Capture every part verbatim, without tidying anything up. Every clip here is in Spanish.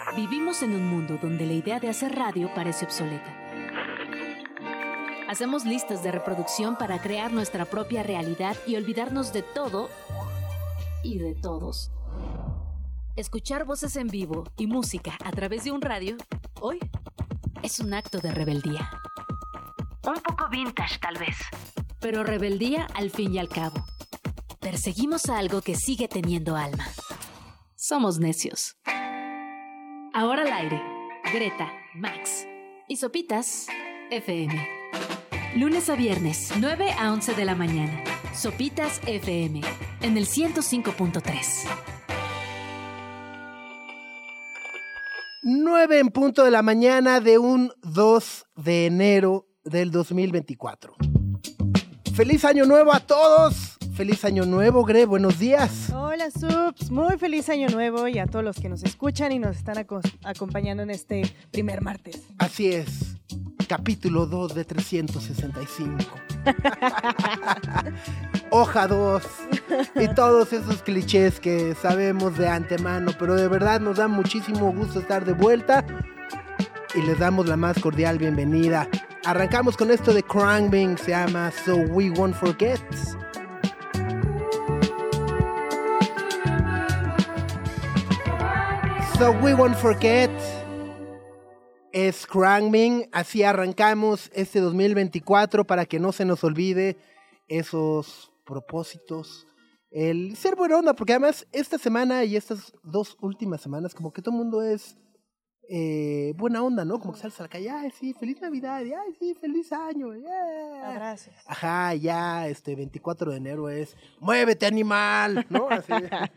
Vivimos en un mundo donde la idea de hacer radio parece obsoleta. Hacemos listas de reproducción para crear nuestra propia realidad y olvidarnos de todo y de todos. Escuchar voces en vivo y música a través de un radio, hoy, es un acto de rebeldía. Un poco vintage, tal vez. Pero rebeldía al fin y al cabo. Perseguimos algo que sigue teniendo alma. Somos necios. Ahora al aire, Greta, Max y Sopitas F M. Lunes a viernes, nueve a once de la mañana. Sopitas F M, en el ciento cinco punto tres. nueve en punto de la mañana de un dos de enero del dos mil veinticuatro. ¡Feliz año nuevo a todos! ¡Feliz año nuevo, Gre! ¡Buenos días! Hola, Subs. Muy feliz año nuevo y a todos los que nos escuchan y nos están aco- acompañando en este primer martes. Así es. Capítulo dos de trescientos sesenta y cinco. Hoja dos. Y todos esos clichés que sabemos de antemano. Pero de verdad nos da muchísimo gusto estar de vuelta. Y les damos la más cordial bienvenida. Arrancamos con esto de Khruangbin. Se llama So We Won't Forget. So We Won't Forget. Es Khruangbin, así arrancamos este dos mil veinticuatro para que no se nos olvide esos propósitos, el ser buena onda, porque además esta semana y estas dos últimas semanas como que todo el mundo es eh, buena onda, ¿no? Como que sales a la calle, ay sí, feliz Navidad, y, ay sí, feliz año, yeah. Abrazos. Ajá, ya, este veinticuatro de enero es, muévete animal, ¿no? Así,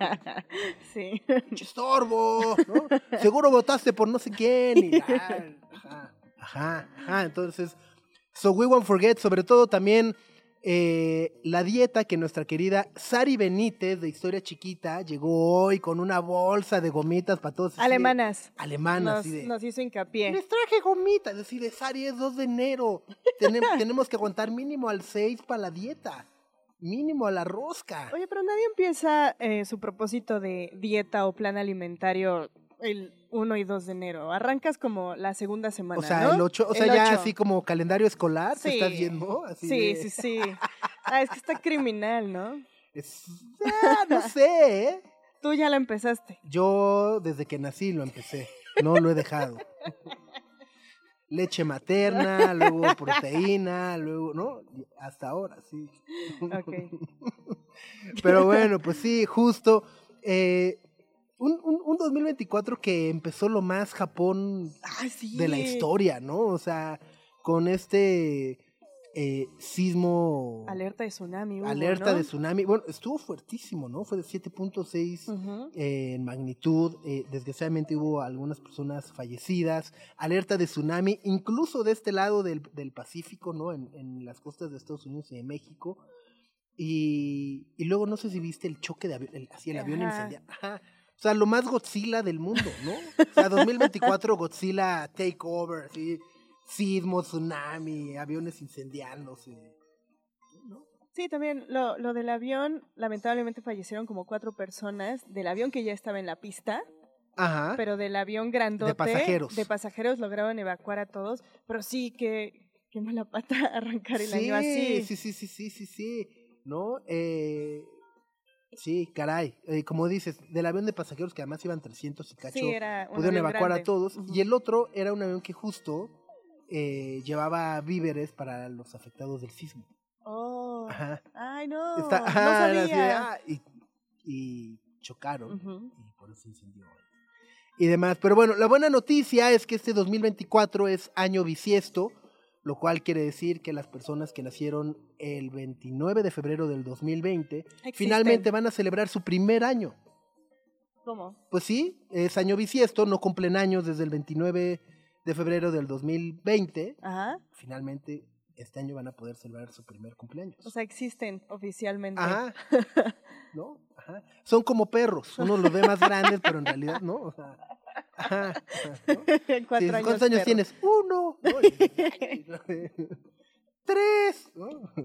Sí. estorbo, ¿no? Seguro votaste por no sé quién. Y, ah, ajá, ajá, ajá. Entonces, So We Won't Forget, sobre todo también eh, la dieta que nuestra querida Sari Benítez de Historia Chiquita llegó hoy con una bolsa de gomitas para todos. Alemanas. De, alemanas, Nos, sí de, nos hizo hincapié. les traje gomitas, es decir, de Sari es dos de enero. Tenem, tenemos que aguantar mínimo al seis para la dieta. Mínimo a la rosca. Oye, pero nadie empieza eh, su propósito de dieta o plan alimentario el uno y dos de enero. Arrancas como la segunda semana, O sea, ¿no? el ocho, o sea, El ya ocho. así como calendario escolar, ¿te Sí. estás viendo? Así Sí, de- sí, sí. Ah, es que está criminal, ¿no? Es, ah, no sé, ¿eh? Tú ya la empezaste. Yo desde que nací lo empecé, no lo he dejado. Leche materna, luego proteína, luego, ¿no? Hasta ahora, sí. Ok. Pero bueno, pues sí, justo. Eh, un, un, un dos mil veinticuatro que empezó lo más Japón Ay, sí. de la historia, ¿no? O sea, con este eh, sismo... Alerta de tsunami. Hubo, alerta ¿no? de tsunami. Bueno, estuvo fuertísimo, ¿no? Fue de siete punto seis Ujú. eh, en magnitud. Eh, desgraciadamente hubo algunas personas fallecidas. Alerta de tsunami, incluso de este lado del, del Pacífico, ¿no? En, en las costas de Estados Unidos y de México. Y, y luego no sé si viste el choque de avión, el, así el avión Ajá. incendiado. Ajá. O sea, lo más Godzilla del mundo, ¿no? O sea, dos mil veinticuatro Godzilla Takeover, así, sismo, tsunami, aviones incendiándose. ¿No? Sí, también lo, lo del avión, lamentablemente fallecieron como cuatro personas del avión que ya estaba en la pista, Ajá. pero del avión grandote De pasajeros. de pasajeros lograron evacuar a todos, pero sí que qué mala pata arrancar el sí, año así. Sí, sí, sí, sí, sí, sí, ¿no? Eh, sí, caray, eh, como dices, del avión de pasajeros que además iban trescientos y cacho, Sí, era un pudieron avión evacuar grande. a todos, Ujú. y el otro era un avión que justo eh, llevaba víveres para los afectados del sismo. Oh. Ajá. Ay, no. Está, no ajá, era así de, sabía. ah, y, y chocaron, Ujú. y por eso se incendió. Y demás, pero bueno, la buena noticia es que este dos mil veinticuatro es año bisiesto, lo cual quiere decir que las personas que nacieron el veintinueve de febrero del dos mil veinte Existen. finalmente van a celebrar su primer año. ¿Cómo? Pues sí, es año bisiesto, no cumplen años desde el veintinueve de febrero del dos mil veinte. Ajá. Finalmente, este año van a poder celebrar su primer cumpleaños. O sea, existen oficialmente. Ajá. ¿No? Ajá. Son como perros, uno los ve más grandes, pero en realidad no. O sea, ajá, ajá, ¿no? Cuatro Sí, años. ¿cuántos años perro. tienes? Uno. ¿no? Y- Tres. ¿no?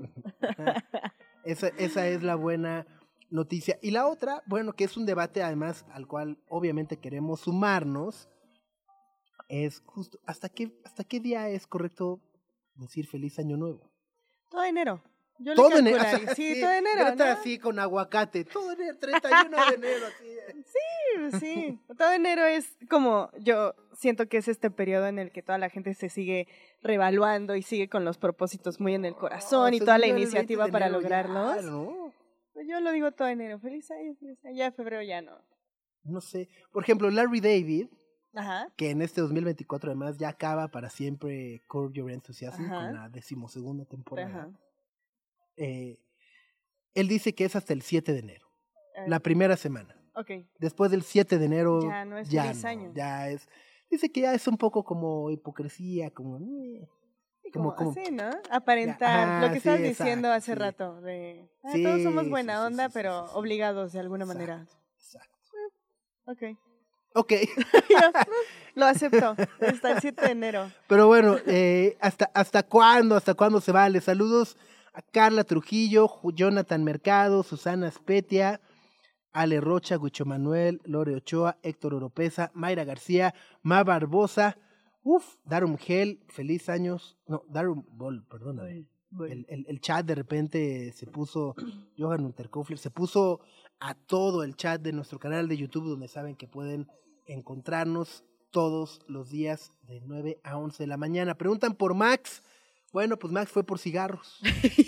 Esa, esa es la buena noticia. Y la otra, bueno, que es un debate además al cual obviamente queremos sumarnos, es justo, ¿hasta qué, hasta qué día es correcto decir feliz año nuevo? Todo enero. Yo le Todo enero, calcularía. o sea, sí, sí, todo enero, Greta ¿no? así con aguacate, todo enero, treinta y uno de enero, así. Sí, sí. Todo enero es como, yo siento que es este periodo en el que toda la gente se sigue revaluando y sigue con los propósitos muy en el corazón No, y se toda la viene el iniciativa veinte de para enero ya, lograrlos. ¿no? Pues yo lo digo todo enero. Feliz año, feliz año. Ya febrero ya no. No sé, por ejemplo, Larry David, Ajá. que en este dos mil veinticuatro además ya acaba para siempre Curb Your Enthusiasm Ajá. con la decimosegunda temporada. Ajá. Eh, él dice que es hasta el siete de enero, Eh, la primera semana. Ok. Después del siete de enero Ya no es ya feliz no, año. ya es, dice que ya es un poco como hipocresía, como, eh, Sí, como, como, como así, ¿no? Aparentar. Ajá, lo que sí, estabas exacto, diciendo hace sí. rato. De, ah, Sí, todos somos sí, buena sí, onda, sí, sí, pero sí, sí. obligados de alguna Exacto, manera. exacto. Ok. Ok, Yo, lo acepto. Hasta el siete de enero. pero bueno, eh, ¿hasta, ¿hasta cuándo? ¿Hasta cuándo se vale? Saludos a Carla Trujillo, Ju- Jonathan Mercado, Susana Spetia, Ale Rocha, Gucho Manuel, Lore Ochoa, Héctor Oropesa, Mayra García, Ma Barbosa, uf, Darum Gel, feliz años, no, Darum Bol, perdóname. El, el, el chat de repente se puso, Johan Unterkofler, se puso a todo el chat de nuestro canal de YouTube, donde saben que pueden encontrarnos todos los días de nueve a once de la mañana. Preguntan por Max. Bueno, pues Max fue por cigarros.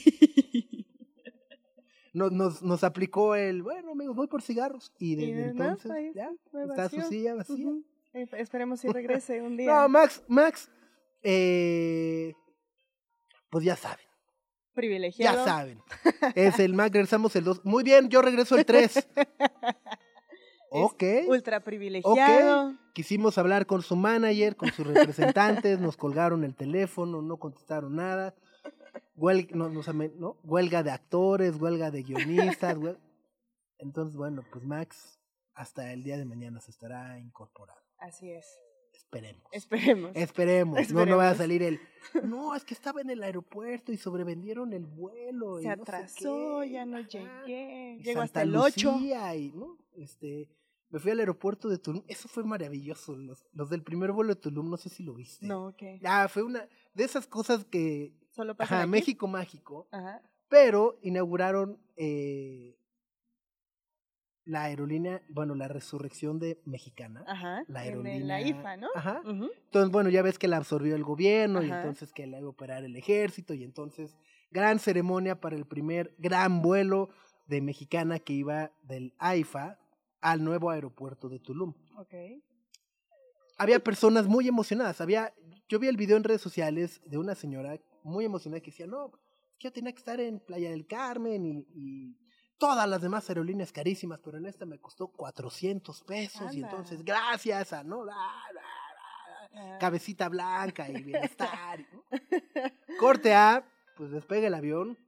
Nos, nos, nos aplicó el, bueno amigos, voy por cigarros. Y desde Y de- no, entonces, ahí ya, me está su vació. silla vacía. Ujú. Eh, Esperemos si regrese un día. No, Max, Max, eh, pues ya saben. Privilegiado. Ya saben. Es el Mac, regresamos el dos. Muy bien, yo regreso el tres. Ok. Ultra privilegiado. Ok. Quisimos hablar con su manager, con sus representantes, nos colgaron el teléfono, no contestaron nada. Huelga, no, nos amen- ¿no? Huelga de actores, huelga de guionistas. huel- Entonces, bueno, pues Max hasta el día de mañana se estará incorporando. Así es. Esperemos. Esperemos. Esperemos. No, no va a Esperemos. salir el. No, es que estaba en el aeropuerto y sobrevendieron el vuelo. Se y no sé atrasó, qué, ya no ajá, llegué. y Llego Santa hasta el ocho. Lucía y, ¿no? Este, me fui al aeropuerto de Tulum. Eso fue maravilloso. Los, los del primer vuelo de Tulum, no sé si lo viste. No, ok. Ah, fue una de esas cosas que. Solo pasa Ajá, aquí. México mágico. Ajá. Pero inauguraron eh, la aerolínea, bueno, la resurrección de Mexicana. Ajá. La En el- aerolínea. la I F A, ¿no? Ajá. Ujú. Entonces, bueno, ya ves que la absorbió el gobierno y Ajá. entonces que la iba a operar el ejército y entonces gran ceremonia para el primer gran vuelo de Mexicana que iba del A I F A al nuevo aeropuerto de Tulum. Ok. Había personas muy emocionadas, había, yo vi el video en redes sociales de una señora muy emocionada que decía, no, es que yo tenía que estar en Playa del Carmen y, y todas las demás aerolíneas carísimas, pero en esta me costó cuatrocientos pesos y Anda. entonces gracias a, ¿no? La, la, la, Ah. cabecita blanca y bienestar. ¿no? Corte A, pues despega el avión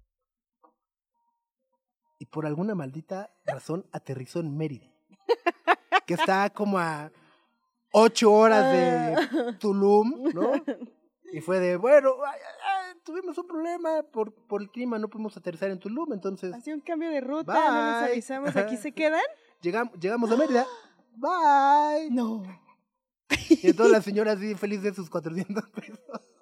y por alguna maldita razón aterrizó en Mérida, que está como a ocho horas de Tulum, ¿no? Y fue de, bueno, ay, ay, ay, tuvimos un problema por, por el clima, no pudimos aterrizar en Tulum, entonces Hacía un cambio de ruta, no les Bye. avisamos, aquí se quedan. llegamos, llegamos a Mérida, bye. No. Y entonces la señora así feliz de sus cuatrocientos pesos.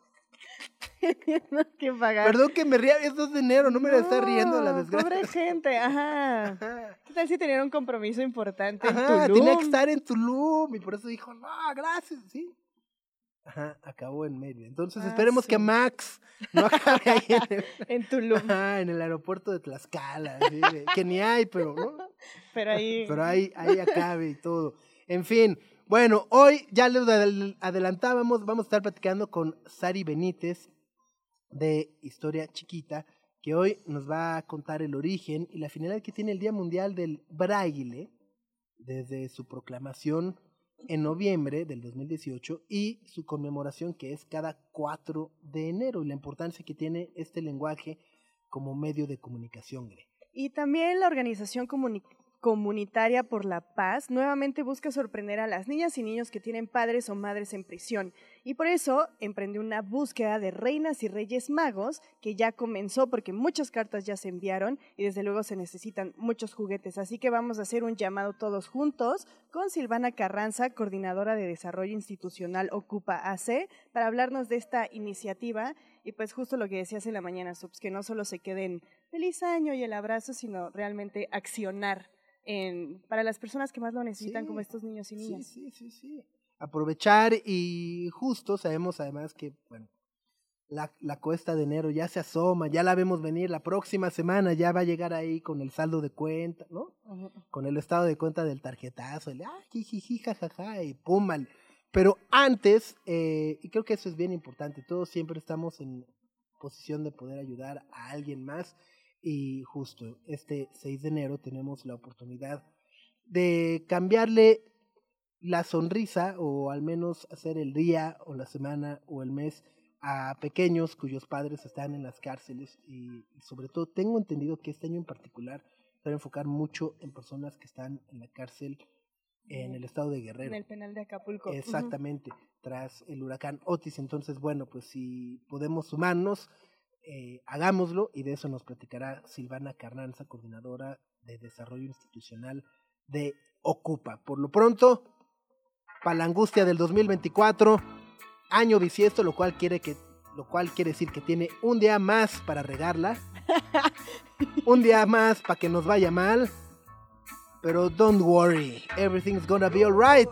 No, que pagar. Perdón que me ría, es dos de enero, no me la está riendo de la No, desgracia. Pobre gente, ajá. Ajá. ¿Qué tal si tenían un compromiso importante Ajá, en Tulum? tenía que estar en Tulum y por eso dijo, no, gracias, sí. Ajá, acabó en Mérida. Entonces Ah, esperemos sí. que Max no acabe ahí en el, En Tulum. ajá, en el aeropuerto de Tlaxcala, así de- que ni hay, pero ¿no? Pero ahí. Pero ahí, ahí acabe y todo. En fin, bueno, hoy ya les adel- adelantábamos, vamos a estar platicando con Sari Benítez de Historia Chiquita, que hoy nos va a contar el origen y la finalidad que tiene el Día Mundial del Braille desde su proclamación en noviembre del dos mil dieciocho y su conmemoración que es cada cuatro de enero y la importancia que tiene este lenguaje como medio de comunicación. Gre. Y también la organización comuni- Comunitaria por la Paz nuevamente busca sorprender a las niñas y niños que tienen padres o madres en prisión y por eso emprendió una búsqueda de reinas y reyes magos que ya comenzó porque muchas cartas ya se enviaron y desde luego se necesitan muchos juguetes, así que vamos a hacer un llamado todos juntos con Silvana Carranza, coordinadora de Desarrollo Institucional Ocupa A C, para hablarnos de esta iniciativa y pues justo lo que decías en la mañana, Subs, que no solo se queden feliz año y el abrazo, sino realmente accionar En, para las personas que más lo necesitan, sí, como estos niños y niñas. Sí, sí, sí, sí. Aprovechar y justo sabemos además que, bueno, la, la cuesta de enero ya se asoma, ya la vemos venir, la próxima semana ya va a llegar ahí con el saldo de cuenta, ¿no? Uh-huh. Con el estado de cuenta del tarjetazo, el ah, jijiji, jajaja, y pum, mal. Pero antes, eh, y creo que eso es bien importante, todos siempre estamos en posición de poder ayudar a alguien más. Y justo este seis de enero tenemos la oportunidad de cambiarle la sonrisa o al menos hacer el día o la semana o el mes a pequeños cuyos padres están en las cárceles y, y sobre todo tengo entendido que este año en particular se va a enfocar mucho en personas que están en la cárcel en el estado de Guerrero. En el penal de Acapulco. Exactamente, uh-huh. Tras el huracán Otis. Entonces, bueno, pues si podemos sumarnos, Eh, hagámoslo y de eso nos platicará Silvana Carranza, coordinadora de Desarrollo Institucional de Ocupa. Por lo pronto, para la angustia del dos mil veinticuatro, año bisiesto, lo cual quiere que, lo cual quiere decir que tiene un día más para regarla, un día más para que nos vaya mal, pero don't worry, everything's gonna be alright.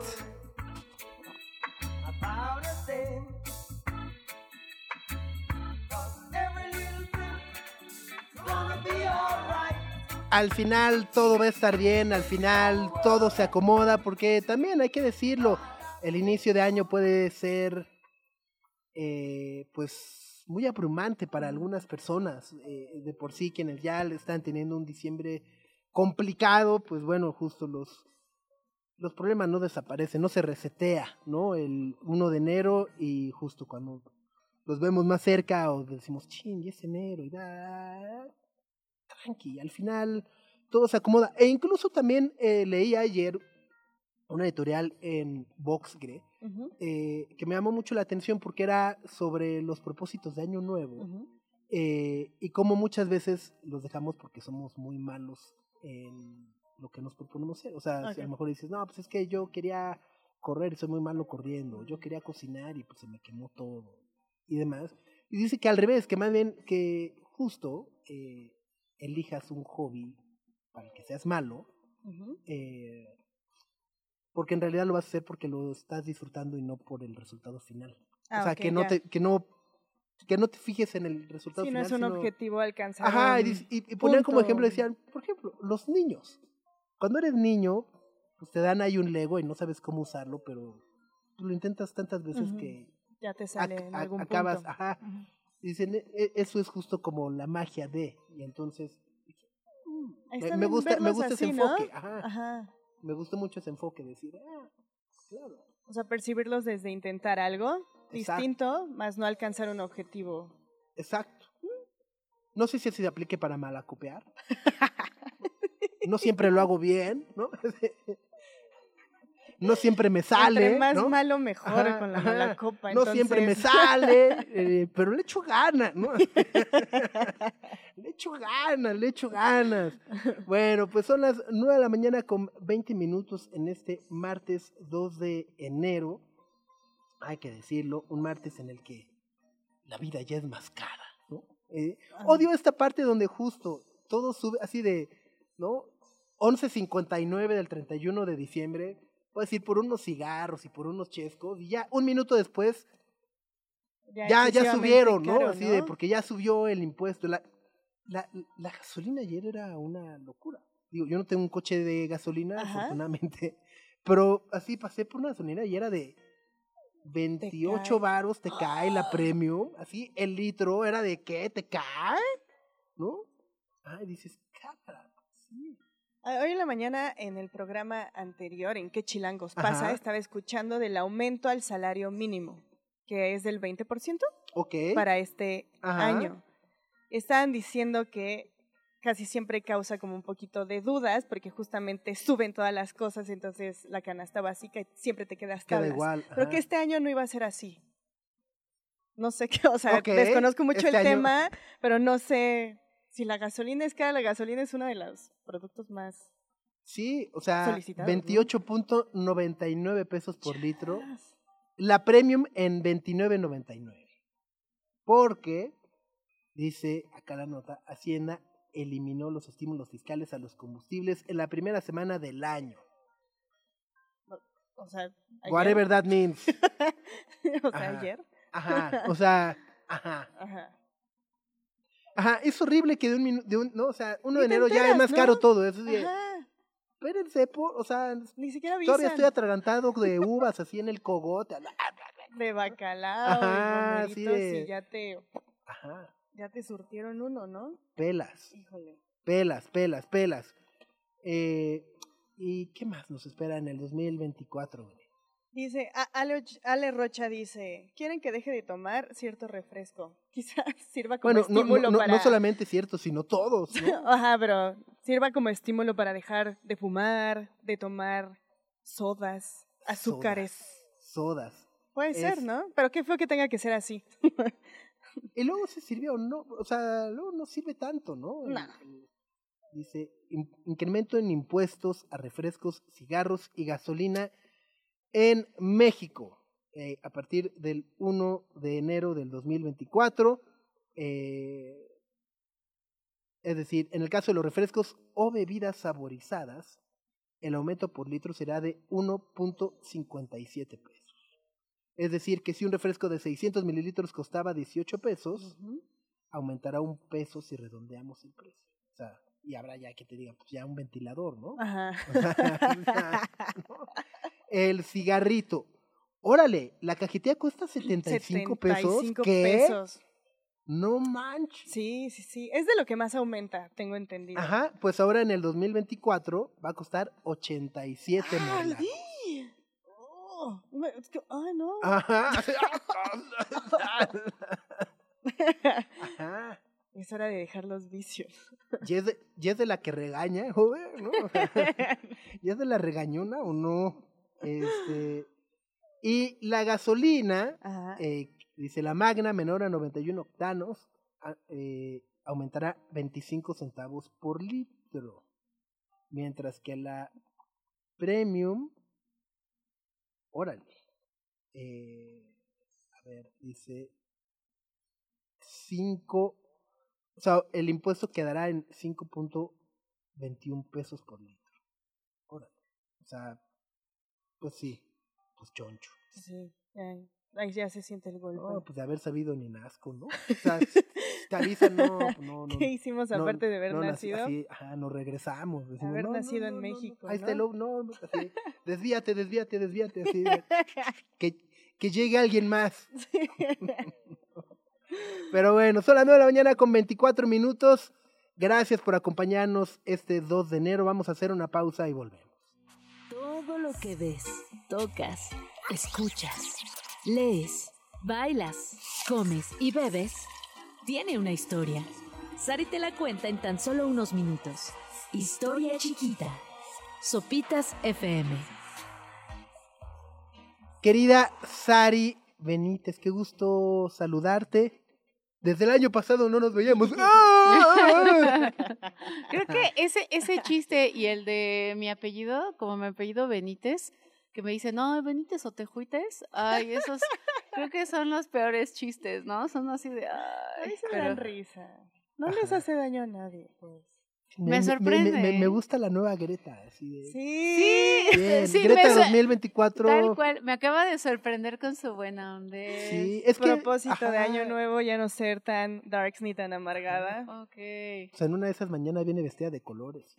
Al final todo va a estar bien, al final todo se acomoda, porque también hay que decirlo, el inicio de año puede ser eh, pues muy abrumante para algunas personas, eh, de por sí quienes ya están teniendo un diciembre complicado, pues bueno, justo los, los problemas no desaparecen, no se resetea, ¿no? El uno de enero y justo cuando los vemos más cerca o decimos, chin, ya es enero y da... tranqui, al final todo se acomoda. E incluso también eh, leí ayer una editorial en Voxgre, uh-huh. eh, que me llamó mucho la atención porque era sobre los propósitos de Año Nuevo, uh-huh. eh, y cómo muchas veces los dejamos porque somos muy malos en lo que nos proponemos ser. O sea, okay. Si a lo mejor dices, no, pues es que yo quería correr y soy muy malo corriendo, yo quería cocinar y pues se me quemó todo y demás. Y dice que al revés, que más bien que justo... Eh, elijas un hobby para el que seas malo, uh-huh. eh, porque en realidad lo vas a hacer porque lo estás disfrutando y no por el resultado final. Ah, o sea, okay, que no ya. te que no que no te fijes en el resultado sí, final. Sí, no es un sino... objetivo alcanzar. Ajá, y, y, y ponían como ejemplo, decían, por ejemplo, los niños. Cuando eres niño, pues te dan ahí un Lego y no sabes cómo usarlo, pero lo intentas tantas veces uh-huh. que ya te sale a, en algún a, acabas, punto. Ajá. Uh-huh. Dicen, e, eso es justo como la magia de, y entonces me, me gusta, me gusta así, ese enfoque, ¿no? Ajá. Ajá. Me gusta mucho ese enfoque, decir, ah, claro. O sea, percibirlos desde intentar algo Exacto. distinto, más no alcanzar un objetivo. Exacto. No sé si se aplique para malacopiar. No siempre lo hago bien, ¿no? No siempre me sale. Entre más ¿no? malo, mejor ajá, con la mala copa. No entonces... siempre me sale, eh, pero le echo ganas, ¿no? le echo ganas, le echo ganas. Bueno, pues son las nueve de la mañana con veinte minutos en este martes dos de enero. Hay que decirlo, un martes en el que la vida ya es más cara, ¿no? Eh, odio esta parte donde justo todo sube así de, ¿no? once cincuenta y nueve del treinta y uno de diciembre. Puedes ir por unos cigarros y por unos chescos y ya un minuto después ya, ya, ya subieron, caro, ¿no? Así ¿no? de, porque ya subió el impuesto. La, la, la gasolina ayer era una locura. Digo, yo no tengo un coche de gasolina, Ajá. afortunadamente, pero así pasé por una gasolina y era de veintiocho varos, te cae la premium, así el litro era de ¿qué? ¿Te cae? ¿No? Ay, dices, cámara, sí. Hoy en la mañana, en el programa anterior, en ¿Qué chilangos pasa?, Ajá. estaba escuchando del aumento al salario mínimo, que es del veinte por ciento okay. para este Ajá. año. Estaban diciendo que casi siempre causa como un poquito de dudas porque justamente suben todas las cosas, entonces la canasta básica siempre te quedas Queda tablas. igual. Pero Ajá. que este año no iba a ser así. No sé qué, o sea, Ok, desconozco mucho este el año- tema, pero no sé si la gasolina es cara. La gasolina es uno de los productos más Sí, o sea, solicitados, ¿no? veintiocho punto noventa y nueve pesos por litro. Chas. La premium en veintinueve noventa y nueve. Porque, dice acá la nota, Hacienda eliminó los estímulos fiscales a los combustibles en la primera semana del año. O sea, ayer. Whatever that means. o sea, Ajá. ayer. Ajá, o sea, ajá. Ajá. Ajá, es horrible que de un minuto, de un, no, o sea, uno Ni de te enero ya es enteras, más ¿no? caro todo. Eso sí, Ajá. espérense, por, o sea, Ni siquiera avisan. todavía estoy atragantado de uvas así en el cogote. De bacalao Ajá, y sí, romeritos de- y ya te, Ajá, ya te surtieron uno, ¿no? pelas. Híjole. Pelas, pelas, pelas. Eh, ¿Y qué más nos espera en el dos mil veinticuatro, güey? Dice, a- Ale, Och- Ale Rocha dice, ¿quieren que deje de tomar cierto refresco? Quizás sirva como Bueno, no, estímulo no, no, para... no solamente cierto, sino todos, ¿no? Ajá, pero sirva como estímulo para dejar de fumar, de tomar sodas, azúcares. Sodas. sodas. Puede Es- ser, ¿no? Pero qué feo que tenga que ser así. Y luego se sirve o no, o sea, luego no sirve tanto, ¿no? No. Dice, in- incremento en impuestos a refrescos, cigarros y gasolina en México. Eh, a partir del primero de enero del dos mil veinticuatro. Eh, es decir, en el caso de los refrescos o bebidas saborizadas, el aumento por litro será de uno punto cincuenta y siete pesos. Es decir, que si un refresco de seiscientos mililitros costaba dieciocho pesos, Ujú. aumentará un peso si redondeamos el precio. O sea, y habrá ya que te diga, pues ya un ventilador, ¿no? Ajá. O sea, ¿no? El cigarrito. Órale, la cajetilla cuesta setenta y cinco pesos. setenta y cinco ¿Qué? pesos. No manches. Sí, sí, sí. Es de lo que más aumenta, tengo entendido. Ajá, pues ahora en el dos mil veinticuatro va a costar ochenta y siete ¡Ay! morlacos. Oh, me- es que- ¡Ay, no! Ajá. Ajá. Es hora de dejar los vicios. ¿Y es de, y es de la que regaña, joder, ¿no? O sea, ¿y es de la regañona o no? Este, y la gasolina, Ajá. eh, dice la magna, menor a noventa y uno octanos, a- eh, aumentará veinticinco centavos por litro. Mientras que la premium, órale, eh, a ver, dice cinco, o sea, el impuesto quedará en cinco punto veintiuno pesos por litro. Órale, o sea, pues sí, pues choncho. Sí, ahí, ahí ya se siente el golpe. No, pues de haber sabido ni nazco, ¿no? O sea, si te avisan, no, pues no, no. ¿Qué hicimos no, aparte de haber no nací- nacido? Así, ajá, nos regresamos. Decimos, Haber no, no, nacido no, en no, no, México, Ahí está el ¿no? lobo, no, no, así, desvíate, desvíate, desvíate, así, de- que, que llegue alguien más. Pero bueno, son las nueve de la mañana con veinticuatro minutos. Gracias por acompañarnos este dos de enero. Vamos a hacer una pausa y volvemos. Todo lo que ves, tocas, escuchas, lees, bailas, comes y bebes tiene una historia. Sari te la cuenta en tan solo unos minutos. Historia chiquita. Sopitas F M. Querida Sari Benítez, qué gusto saludarte. Desde el año pasado no nos veíamos. ¡Ah! Creo que ese, ese chiste y el de mi apellido, como mi apellido Benítez, que me dicen, no, Benítez o Tejuites, ay, esos creo que son los peores chistes, ¿no? Son así de, A ay, mí se me pero dan risa. No les Ajá. hace daño a nadie, pues. Me sorprende, Me, me- me ¿eh? gusta la nueva Greta. Así de, Sí. Bien, sí, Greta me su- dos mil veinticuatro. tal cual, me acaba de sorprender con su buena onda. Sí, es que. Propósito de ajá, año nuevo, ya no ser tan darks ni tan amargada. Ok. O sea, en una de esas mañanas viene vestida de colores.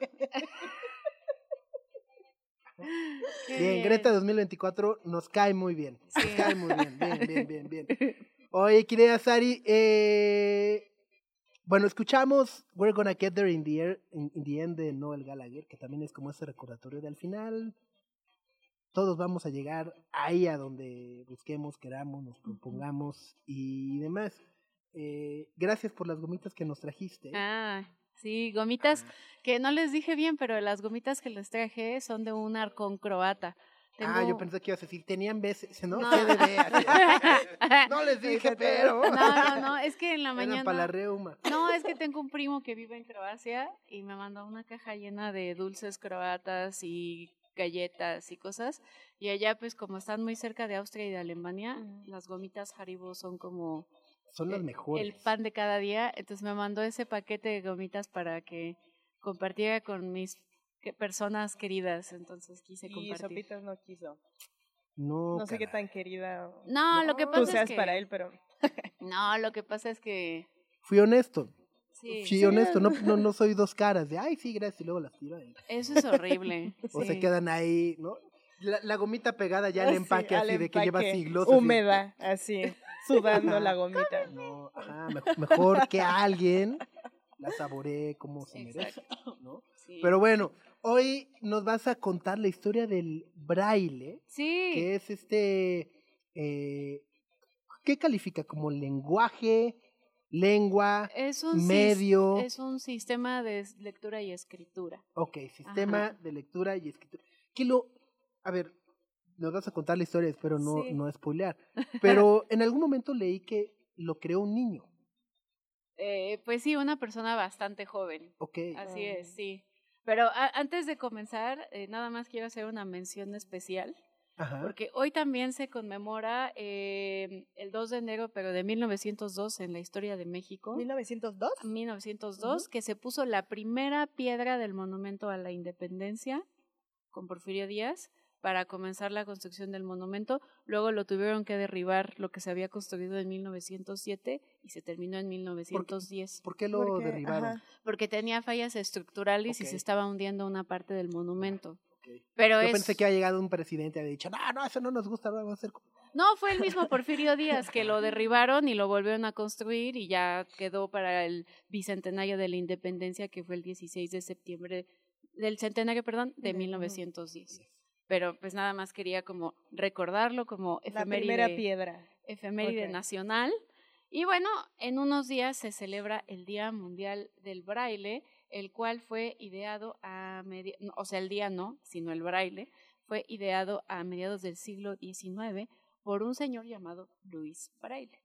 Qué Bien, Greta dos mil veinticuatro nos cae muy bien. Nos Sí. cae muy bien. Bien, bien, bien, bien. Oye, querida Sari, eh, bueno, escuchamos We're Gonna Get There in the, Air, in, in the End de Noel Gallagher, que también es como ese recordatorio de al final. Todos vamos a llegar ahí a donde busquemos, queramos, nos propongamos y demás. Eh, gracias por las gomitas que nos trajiste. Ah, Sí, gomitas que no les dije bien, pero las gomitas que les traje son de un arcón croata. Tengo... Ah, yo pensé que ibas a decir, tenían veces, ¿no? No. C D B, así. No les dije, pero... No, no, no, es que en la mañana... Eran para la reuma. No, es que tengo un primo que vive en Croacia y me mandó una caja llena de dulces croatas y galletas y cosas. Y allá, pues, como están muy cerca de Austria y de Alemania, mm. las gomitas Haribo son como... Son las el, mejores. El pan de cada día. Entonces me mandó ese paquete de gomitas para que compartiera con mis que, personas queridas. Entonces quise compartir. Y Sopitas no quiso. No, no sé caray. qué tan querida. No, no lo que pasa tú seas es que... para él, pero... No, lo que pasa es que... Fui honesto. Sí, Fui sí. honesto, no, no, no soy dos caras de, ay, sí, gracias, y luego las tiro ahí. Eso es horrible. O sí. se quedan ahí, ¿no? La, la gomita pegada ya al sí, empaque, al así de que lleva empaque, siglos. húmeda, así, así sudando la gomita. No, ajá, mejor, mejor que alguien la saboree como se merece, ¿no? Sí. Pero bueno, hoy nos vas a contar la historia del braille, sí. que es este, eh, ¿qué califica? Como lenguaje, lengua, es un medio. Es un sistema de lectura y escritura. Ok, sistema Ajá. de lectura y escritura. ¿Qué lo, a ver, nos vas a contar la historia, espero no, sí. no spoilear, pero en algún momento leí que lo creó un niño. Eh, pues sí, una persona bastante joven. Ok. Así oh. es, sí. Pero a, antes de comenzar, eh, nada más quiero hacer una mención especial. Ajá. Porque hoy también se conmemora eh, el dos de enero, pero de mil novecientos dos en la historia de México. ¿mil novecientos dos? mil novecientos dos, uh-huh. que se puso la primera piedra del monumento a la independencia con Porfirio Díaz para comenzar la construcción del monumento. Luego lo tuvieron que derribar lo que se había construido en mil novecientos siete y se terminó en mil novecientos diez. ¿Por qué, ¿por qué lo Porque, derribaron? Ajá. Porque tenía fallas estructurales okay. y se estaba hundiendo una parte del monumento. Okay. Pero Yo es... pensé que había llegado un presidente y había dicho, no, no, eso no nos gusta, no vamos a hacer... No, fue el mismo Porfirio Díaz que lo derribaron y lo volvieron a construir y ya quedó para el bicentenario de la independencia, que fue el dieciséis de septiembre, del centenario, perdón, de mil novecientos diez. Pero pues nada más quería como recordarlo como efeméride, la primera piedra. efeméride okay. nacional. Y bueno, en unos días se celebra el Día Mundial del Braille, el cual fue ideado a, medi- o sea, el día no, sino el braille, fue ideado a mediados del siglo diecinueve por un señor llamado Luis Braille.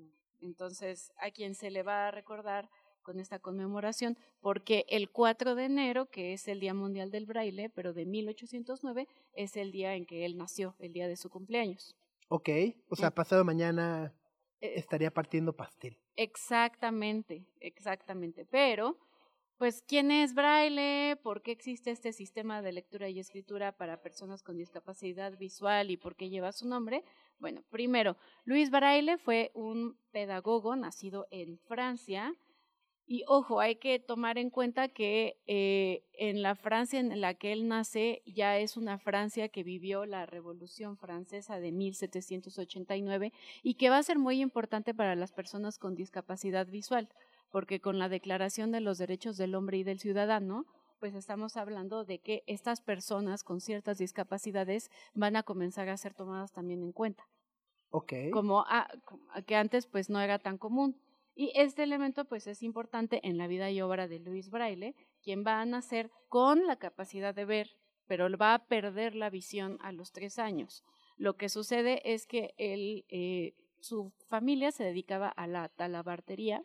Entonces, a quien se le va a recordar con esta conmemoración, porque el cuatro de enero, que es el Día Mundial del Braille, pero de mil ochocientos nueve, es el día en que él nació, el día de su cumpleaños. Ok, o sea, pasado mañana estaría partiendo pastel. Exactamente, exactamente, pero... Pues, ¿quién es Braille? ¿Por qué existe este sistema de lectura y escritura para personas con discapacidad visual y por qué lleva su nombre? Bueno, primero, Luis Braille fue un pedagogo nacido en Francia y, ojo, hay que tomar en cuenta que eh, en la Francia en la que él nace ya es una Francia que vivió la Revolución Francesa de mil setecientos ochenta y nueve y que va a ser muy importante para las personas con discapacidad visual. Porque con la Declaración de los Derechos del Hombre y del Ciudadano, pues estamos hablando de que estas personas con ciertas discapacidades van a comenzar a ser tomadas también en cuenta. Okay. Como a, que antes pues no era tan común. Y este elemento pues es importante en la vida y obra de Luis Braille, quien va a nacer con la capacidad de ver, pero va a perder la visión a los tres años. Lo que sucede es que él, eh, su familia se dedicaba a la talabartería,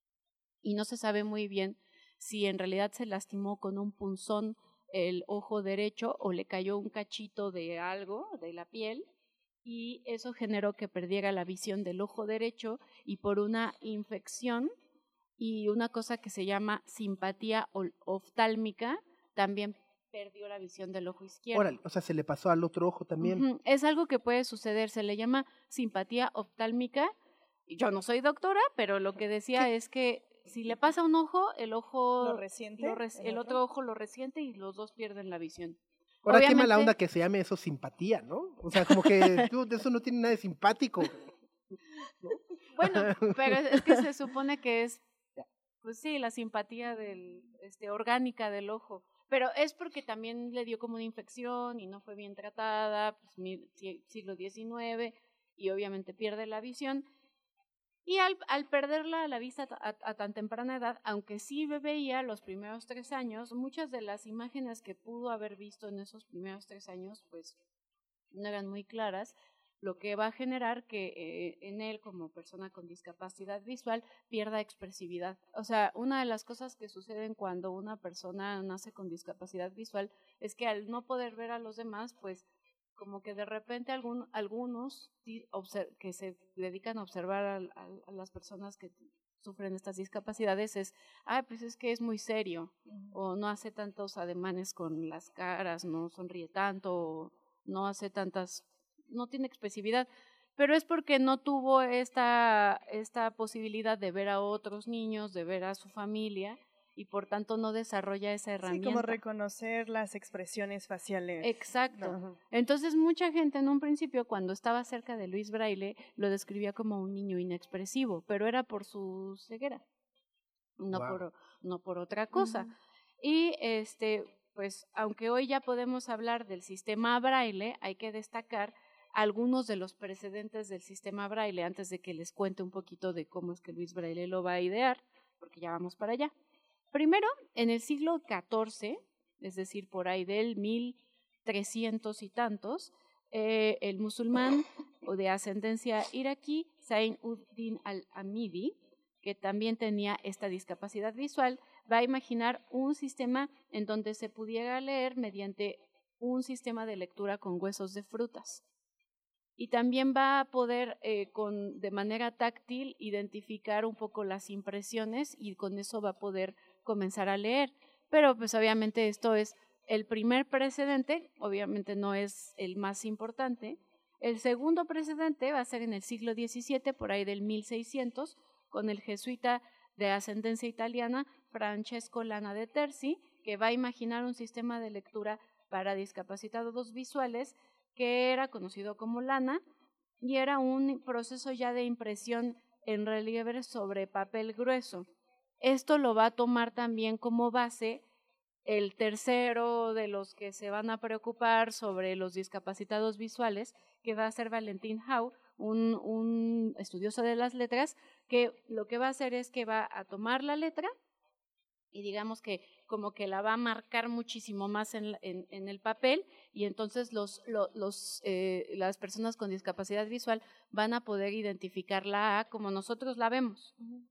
y no se sabe muy bien si en realidad se lastimó con un punzón el ojo derecho o le cayó un cachito de algo, de la piel, y eso generó que perdiera la visión del ojo derecho y por una infección y una cosa que se llama simpatía oftálmica, también perdió la visión del ojo izquierdo. Órale, o sea, se le pasó al otro ojo también. Uh-huh. Es algo que puede suceder, se le llama simpatía oftálmica. Yo no soy doctora, pero lo que decía ¿Qué? Es que si le pasa un ojo, el ojo lo resiente, lo res, el, el otro? otro ojo lo resiente y los dos pierden la visión. Ahora Obviamente, qué mala onda que se llame eso simpatía, ¿no? O sea, como que tú, eso no tiene nada de simpático. ¿No? Bueno, pero es que se supone que es, pues sí, la simpatía del, este, orgánica del ojo. Pero es porque también le dio como una infección y no fue bien tratada, pues siglo diecinueve, y obviamente pierde la visión. Y al, al perderla a la vista a, a, a tan temprana edad, aunque sí veía los primeros tres años, muchas de las imágenes que pudo haber visto en esos primeros tres años, pues no eran muy claras, lo que va a generar que eh, en él, como persona con discapacidad visual, pierda expresividad. O sea, una de las cosas que suceden cuando una persona nace con discapacidad visual es que al no poder ver a los demás, pues como que de repente algún, algunos que se dedican a observar a, a, a las personas que sufren estas discapacidades es, ah, pues es que es muy serio, uh-huh. o no hace tantos ademanes con las caras, no sonríe tanto, o no hace tantas, no tiene expresividad, pero es porque no tuvo esta, esta posibilidad de ver a otros niños, de ver a su familia, y por tanto no desarrolla esa herramienta. Sí, como reconocer las expresiones faciales. Exacto. Uh-huh. Entonces mucha gente en un principio, cuando estaba cerca de Luis Braille, lo describía como un niño inexpresivo, pero era por su ceguera, no, wow. por, no por otra cosa. Uh-huh. Y este, pues aunque hoy ya podemos hablar del sistema Braille, hay que destacar algunos de los precedentes del sistema Braille antes de que les cuente un poquito de cómo es que Luis Braille lo va a idear, porque ya vamos para allá. Primero, en el siglo catorce, es decir, por ahí del mil trescientos y tantos, eh, el musulmán o de ascendencia iraquí, Zain ud-Din al-Amidi, que también tenía esta discapacidad visual, va a imaginar un sistema en donde se pudiera leer mediante un sistema de lectura con huesos de frutas. Y también va a poder, eh, con, de manera táctil, identificar un poco las impresiones y con eso va a poder comenzar a leer. Pero pues obviamente esto es el primer precedente, obviamente no es el más importante. El segundo precedente va a ser en el siglo diecisiete, por ahí del mil seiscientos, con el jesuita de ascendencia italiana Francesco Lana de Terzi, que va a imaginar un sistema de lectura para discapacitados visuales que era conocido como Lana, y era un proceso ya de impresión en relieve sobre papel grueso. Esto lo va a tomar también como base el tercero de los que se van a preocupar sobre los discapacitados visuales, que va a ser Valentin Hau, un, un estudioso de las letras, que lo que va a hacer es que va a tomar la letra y digamos que como que la va a marcar muchísimo más en, en, en el papel, y entonces los, los, los, eh, las personas con discapacidad visual van a poder identificar la A como nosotros la vemos. Uh-huh.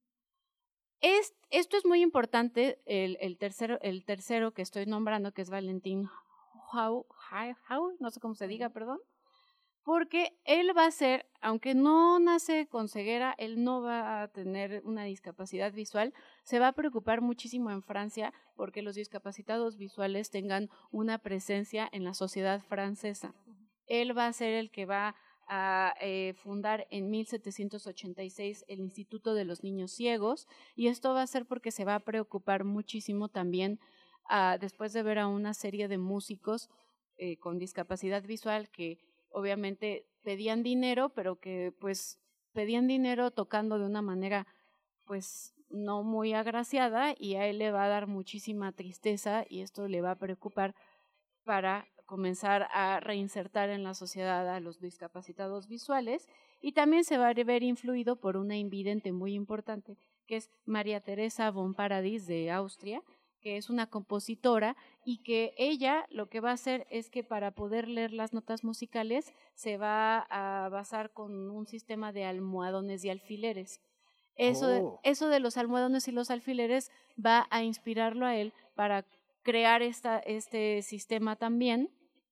Es, esto es muy importante, el, el, tercero, el tercero que estoy nombrando, que es Valentin Hau, Hau, no sé cómo se diga, perdón, porque él va a ser, aunque no nace con ceguera, él no va a tener una discapacidad visual, se va a preocupar muchísimo en Francia porque los discapacitados visuales tengan una presencia en la sociedad francesa. Él va a ser el que va a eh, fundar en mil setecientos ochenta y seis el Instituto de los Niños Ciegos, y esto va a ser porque se va a preocupar muchísimo también uh, después de ver a una serie de músicos eh, con discapacidad visual que obviamente pedían dinero, pero que pues pedían dinero tocando de una manera pues no muy agraciada, y a él le va a dar muchísima tristeza y esto le va a preocupar para comenzar a reinsertar en la sociedad a los discapacitados visuales, y también se va a ver influido por una invidente muy importante que es María Teresa von Paradis de Austria, que es una compositora, y que ella lo que va a hacer es que para poder leer las notas musicales se va a basar con un sistema de almohadones y alfileres. Eso, oh. de, eso de los almohadones y los alfileres va a inspirarlo a él para crear esta, este sistema también,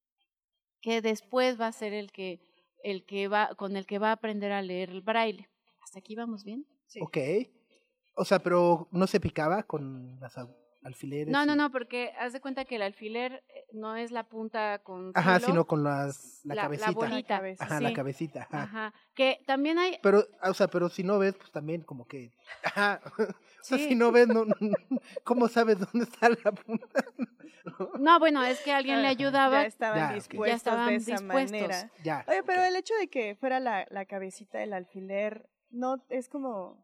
que después va a ser el que, el que va, con el que va a aprender a leer el braille. ¿Hasta aquí vamos bien? Sí. Ok. O sea, pero no se picaba con las alfileres. No, y... no, no, porque haz de cuenta que el alfiler no es la punta con Ajá, filo, sino con las, la, la cabecita. La bolita. La cabeza, ajá, sí. la cabecita. Ajá. Ajá. Que también hay... Pero, o sea, pero si no ves, pues también como que... Ajá. O sea, Sí. si no ves, no, no, ¿cómo sabes dónde está la punta? ¿No? no, bueno, es que alguien le ayudaba. Ya estaban ya, dispuestos ya estaban de esa dispuestos. manera. Ya. Oye, pero okay. el hecho de que fuera la, la cabecita del alfiler, no es como...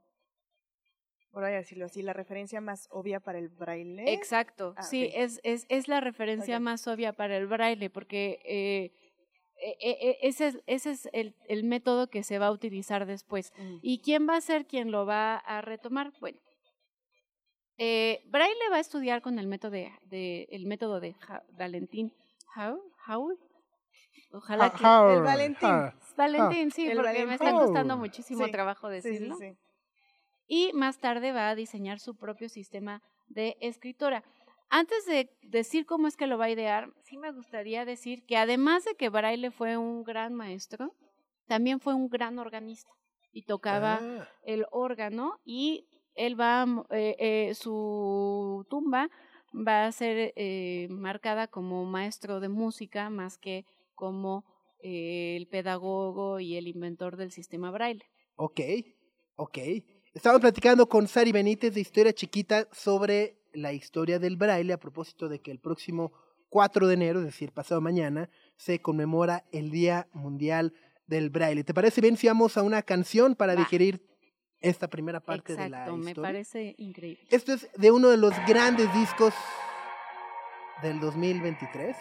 por ahí decirlo así, la referencia más obvia para el braille. Exacto, ah, sí, okay. es, es, es la referencia okay. más obvia para el braille, porque eh, eh, eh, ese es, ese es el, el método que se va a utilizar después. Mm. ¿Y quién va a ser quien lo va a retomar? Bueno, eh, Braille va a estudiar con el método de, de el método de Ja- Valentín Hau- Howell. Ojalá que How- El Valentín. how- Valentín, sí, El porque me Valentín. está costando Oh. muchísimo Sí, trabajo Sí, sí, decirlo. sí. Y más tarde va a diseñar su propio sistema de escritura. Antes de decir cómo es que lo va a idear, sí me gustaría decir que además de que Braille fue un gran maestro, también fue un gran organista y tocaba Ah, el órgano y él va, a mo- eh, eh, su tumba va a ser eh, marcada como maestro de música más que como eh, el pedagogo y el inventor del sistema Braille. ok, ok. Estamos platicando con Sari Benítez de Historia Chiquita sobre la historia del braille a propósito de que el próximo cuatro de enero, es decir, pasado mañana, se conmemora el Día Mundial del Braille. ¿Te parece bien si vamos a una canción para Va. digerir esta primera parte de la Exacto, me historia? parece increíble. Esto es de uno de los grandes discos del dos mil veintitrés.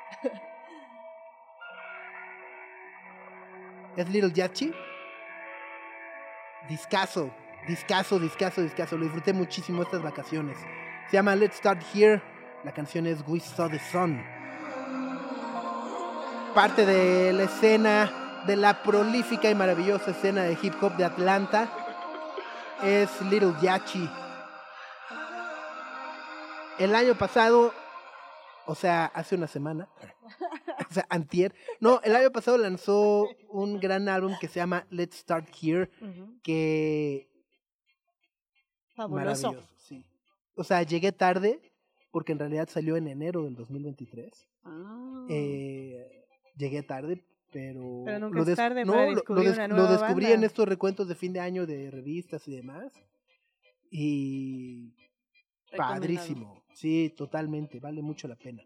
Es Little Yachty. Discaso, discaso, discaso, discaso. Lo disfruté muchísimo estas vacaciones. Se llama Let's Start Here. La canción es We Saw the Sun. Parte de la escena, de la prolífica y maravillosa escena de hip hop de Atlanta, es Little Yachty. El año pasado, o sea, hace una semana, o sea, antier, no, el año pasado lanzó un gran álbum que se llama Let's Start Here, Ujú. que Fabuloso. maravilloso, sí. O sea, llegué tarde porque en realidad salió en enero del dos mil veintitrés. Ah. Eh, llegué tarde, pero Pero nunca lo es des- tarde no, para lo- lo, descubrir des- una lo nueva descubrí banda. en estos recuentos de fin de año de revistas y demás. Y Recomendado. padrísimo. Sí, totalmente, vale mucho la pena.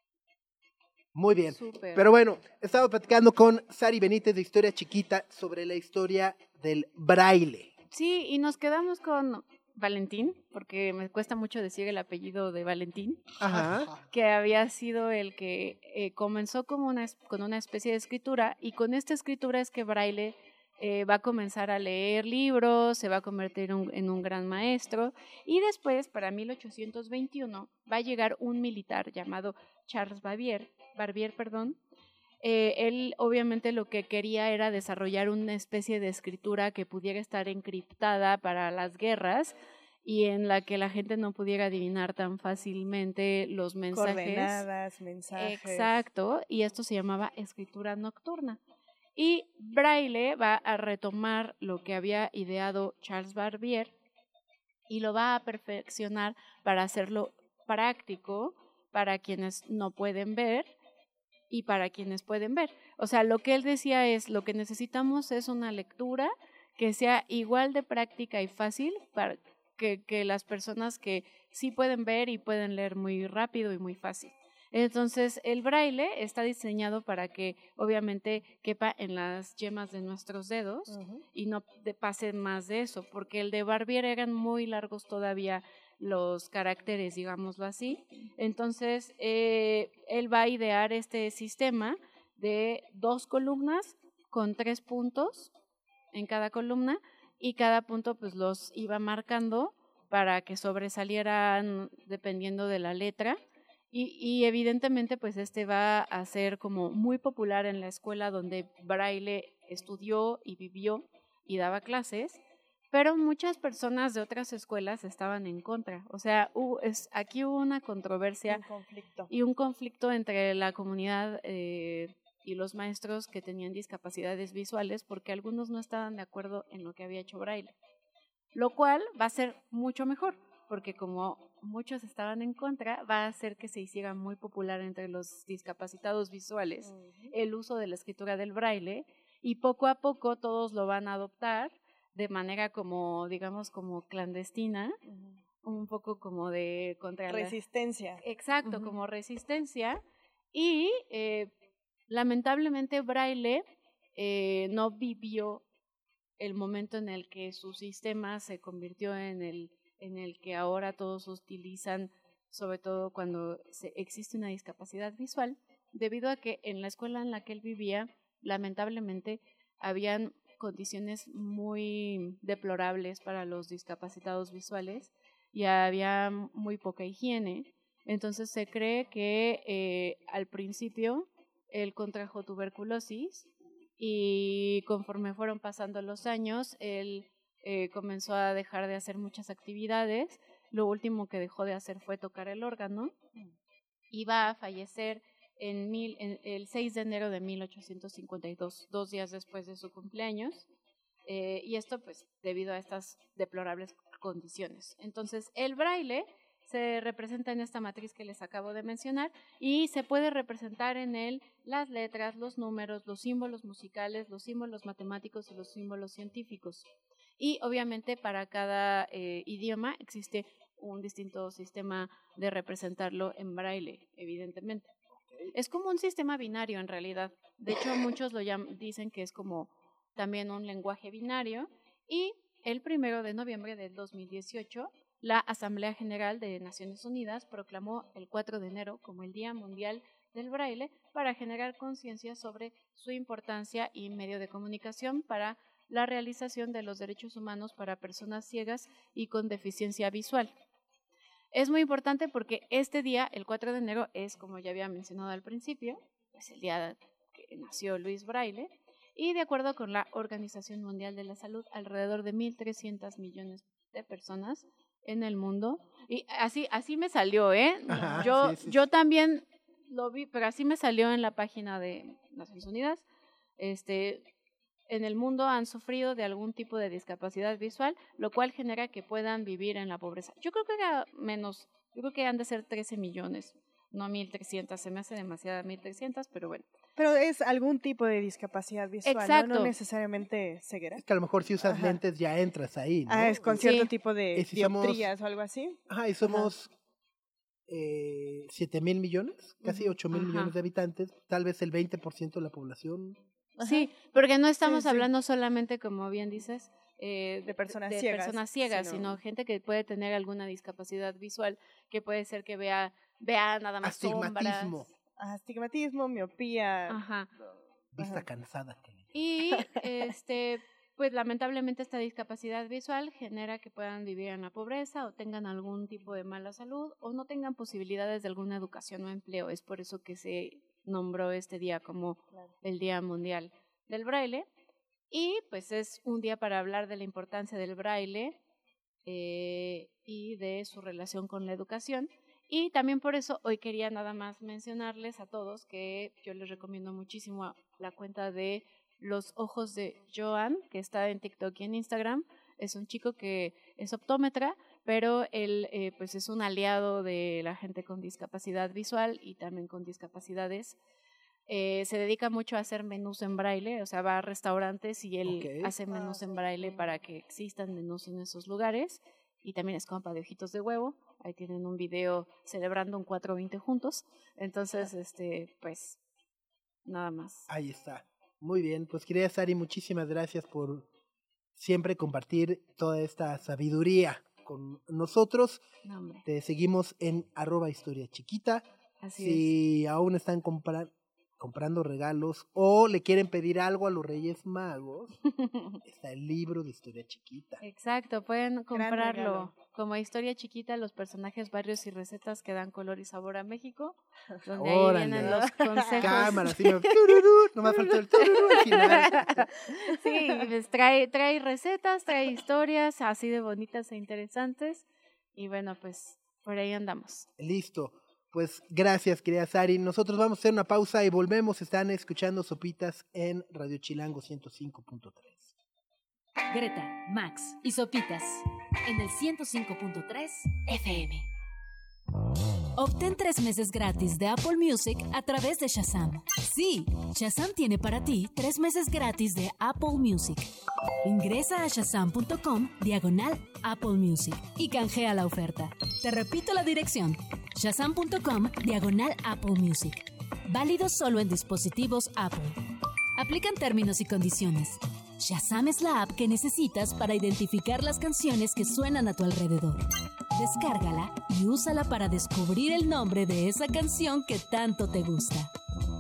Muy bien. Súper. Pero bueno, estamos platicando con Sari Benítez de Historia Chiquita sobre la historia del braille. Sí, y nos quedamos con Valentín, porque me cuesta mucho decir el apellido de Valentín, Ajá. que había sido el que eh, comenzó como una, es- con una especie de escritura, y con esta escritura es que Braille eh, va a comenzar a leer libros, se va a convertir un- en un gran maestro, y después, para mil ochocientos veintiuno, va a llegar un militar llamado Charles Barbier, Barbier, perdón. Eh, él obviamente lo que quería era desarrollar una especie de escritura que pudiera estar encriptada para las guerras y en la que la gente no pudiera adivinar tan fácilmente los mensajes. Coordenadas, mensajes. Exacto, y esto se llamaba escritura nocturna. Y Braille va a retomar lo que había ideado Charles Barbier y lo va a perfeccionar para hacerlo práctico para quienes no pueden ver y para quienes pueden ver. O sea, lo que él decía es, lo que necesitamos es una lectura que sea igual de práctica y fácil para que, que las personas que sí pueden ver y pueden leer muy rápido y muy fácil. Entonces, el braille está diseñado para que obviamente quepa en las yemas de nuestros dedos Ujú. y no de- pase más de eso, porque el de Barbier eran muy largos todavía los caracteres, digámoslo así. Entonces, eh, él va a idear este sistema de dos columnas con tres puntos en cada columna y cada punto pues los iba marcando para que sobresalieran dependiendo de la letra. Y, y evidentemente pues este va a ser como muy popular en la escuela donde Braille estudió y vivió y daba clases, pero muchas personas de otras escuelas estaban en contra. O sea, hubo- es, aquí hubo una controversia Un conflicto. y un conflicto entre la comunidad eh, y los maestros que tenían discapacidades visuales porque algunos no estaban de acuerdo en lo que había hecho Braille, lo cual va a ser mucho mejor porque como muchos estaban en contra, va a hacer que se hiciera muy popular entre los discapacitados visuales Ujú. el uso de la escritura del braille y poco a poco todos lo van a adoptar de manera como, digamos, como clandestina, Ujú. un poco como de contra la- Resistencia. Exacto, Ujú. como resistencia. Y eh, lamentablemente Braille eh, no vivió el momento en el que su sistema se convirtió en el, en el que ahora todos utilizan, sobre todo cuando se, existe una discapacidad visual. debido a que en la escuela en la que él vivía, lamentablemente, habían condiciones muy deplorables para los discapacitados visuales y había muy poca higiene. Entonces se cree que eh, al principio él contrajo tuberculosis y conforme fueron pasando los años, él eh, comenzó a dejar de hacer muchas actividades. Lo último que dejó de hacer fue tocar el órgano. Iba a fallecer en, mil, en el seis de enero de mil ochocientos cincuenta y dos, dos días después de su cumpleaños, eh, y esto pues debido a estas deplorables condiciones. Entonces el braille se representa en esta matriz que les acabo de mencionar y se puede representar en él las letras, los números, los símbolos musicales, los símbolos matemáticos y los símbolos científicos. Y obviamente para cada eh, idioma existe un distinto sistema de representarlo en braille, evidentemente. Es como un sistema binario en realidad. De hecho, muchos lo llaman, dicen que es como también un lenguaje binario. Y el primero de noviembre del dos mil dieciocho, la Asamblea General de Naciones Unidas proclamó el cuatro de enero como el Día Mundial del Braille para generar conciencia sobre su importancia y medio de comunicación para la realización de los derechos humanos para personas ciegas y con deficiencia visual. Es muy importante porque este día, el cuatro de enero, es, como ya había mencionado al principio, es el día que nació Luis Braille, y de acuerdo con la Organización Mundial de la Salud, alrededor de mil trescientos millones de personas en el mundo, y así así me salió, ¿eh? Ajá, yo, sí, sí, yo sí. también lo vi, pero así me salió en la página de Naciones Unidas. Este... en el mundo han sufrido de algún tipo de discapacidad visual, lo cual genera que puedan vivir en la pobreza. Yo creo que era menos, yo creo que han de ser trece millones, no mil trescientos, se me hace demasiada mil trescientos, pero bueno. Pero es algún tipo de discapacidad visual, ¿no? Exacto. No necesariamente ceguera. Es que a lo mejor si usas Ajá. lentes ya entras ahí, ¿no? Ah, es con cierto Sí. tipo de Y si somos- dioptrías o algo así. Ajá, y somos eh, siete mil millones, casi Ujú. ocho mil Ajá. millones de habitantes, tal vez el veinte por ciento de la población. Ajá. Sí, porque no estamos Sí, sí. hablando solamente, como bien dices, eh, De personas de ciegas, personas ciegas, sino- sino gente que puede tener alguna discapacidad visual, que puede ser que vea, vea nada más Astigmatismo, sombras. Astigmatismo, miopía. Ajá. vista Ajá. cansada. Que le- Y este, pues lamentablemente esta discapacidad visual genera que puedan vivir en la pobreza o tengan algún tipo de mala salud o no tengan posibilidades de alguna educación o empleo. Es por eso que se nombró este día como Claro. el Día Mundial del Braille. Y pues es un día para hablar de la importancia del braille eh, y de su relación con la educación. Y también por eso hoy quería nada más mencionarles a todos que yo les recomiendo muchísimo la cuenta de Los Ojos de Joan, que está en TikTok y en Instagram. Es un chico que es optómetra, pero él eh, pues es un aliado de la gente con discapacidad visual y también con discapacidades. Eh, se dedica mucho a hacer menús en braille, o sea, va a restaurantes y él Ok. hace menús Ah, en sí. braille para que existan menús en esos lugares. Y también es compa de Ojitos de Huevo. Ahí tienen un video celebrando un cuatro veinte juntos. Entonces, este, pues, nada más. Ahí está. Muy bien, pues querida Sari, muchísimas gracias por siempre compartir toda esta sabiduría con nosotros. No, hombre, Te seguimos en arroba historia chiquita. así Si aún están compra- comprando regalos o le quieren pedir algo a los Reyes Magos, es. está el libro de historia chiquita. Exacto, pueden comprarlo. regalo. Como historia chiquita, los personajes, barrios y recetas que dan color y sabor a México. Donde ahí Órale. vienen los consejos. Cámara, sí, no, tururú, nomás faltó el tururú al final. Sí, pues trae, trae recetas, trae historias así de bonitas e interesantes. Y bueno, pues por ahí andamos. Listo. Pues gracias, querida Sari. Nosotros vamos a hacer una pausa y volvemos. Están escuchando Sopitas en Radio Chilango ciento cinco punto tres. Greta, Max y Sopitas en el ciento cinco punto tres F M. Obtén tres meses gratis de Apple Music a través de Shazam. Sí, Shazam tiene para ti tres meses gratis de Apple Music. Ingresa a shazam.com diagonal Apple Music y canjea la oferta. Te repito la dirección, shazam.com diagonal Apple Music. Válido solo en dispositivos Apple. Aplican términos y condiciones. Shazam es la app que necesitas para identificar las canciones que suenan a tu alrededor. Descárgala y úsala para descubrir el nombre de esa canción que tanto te gusta.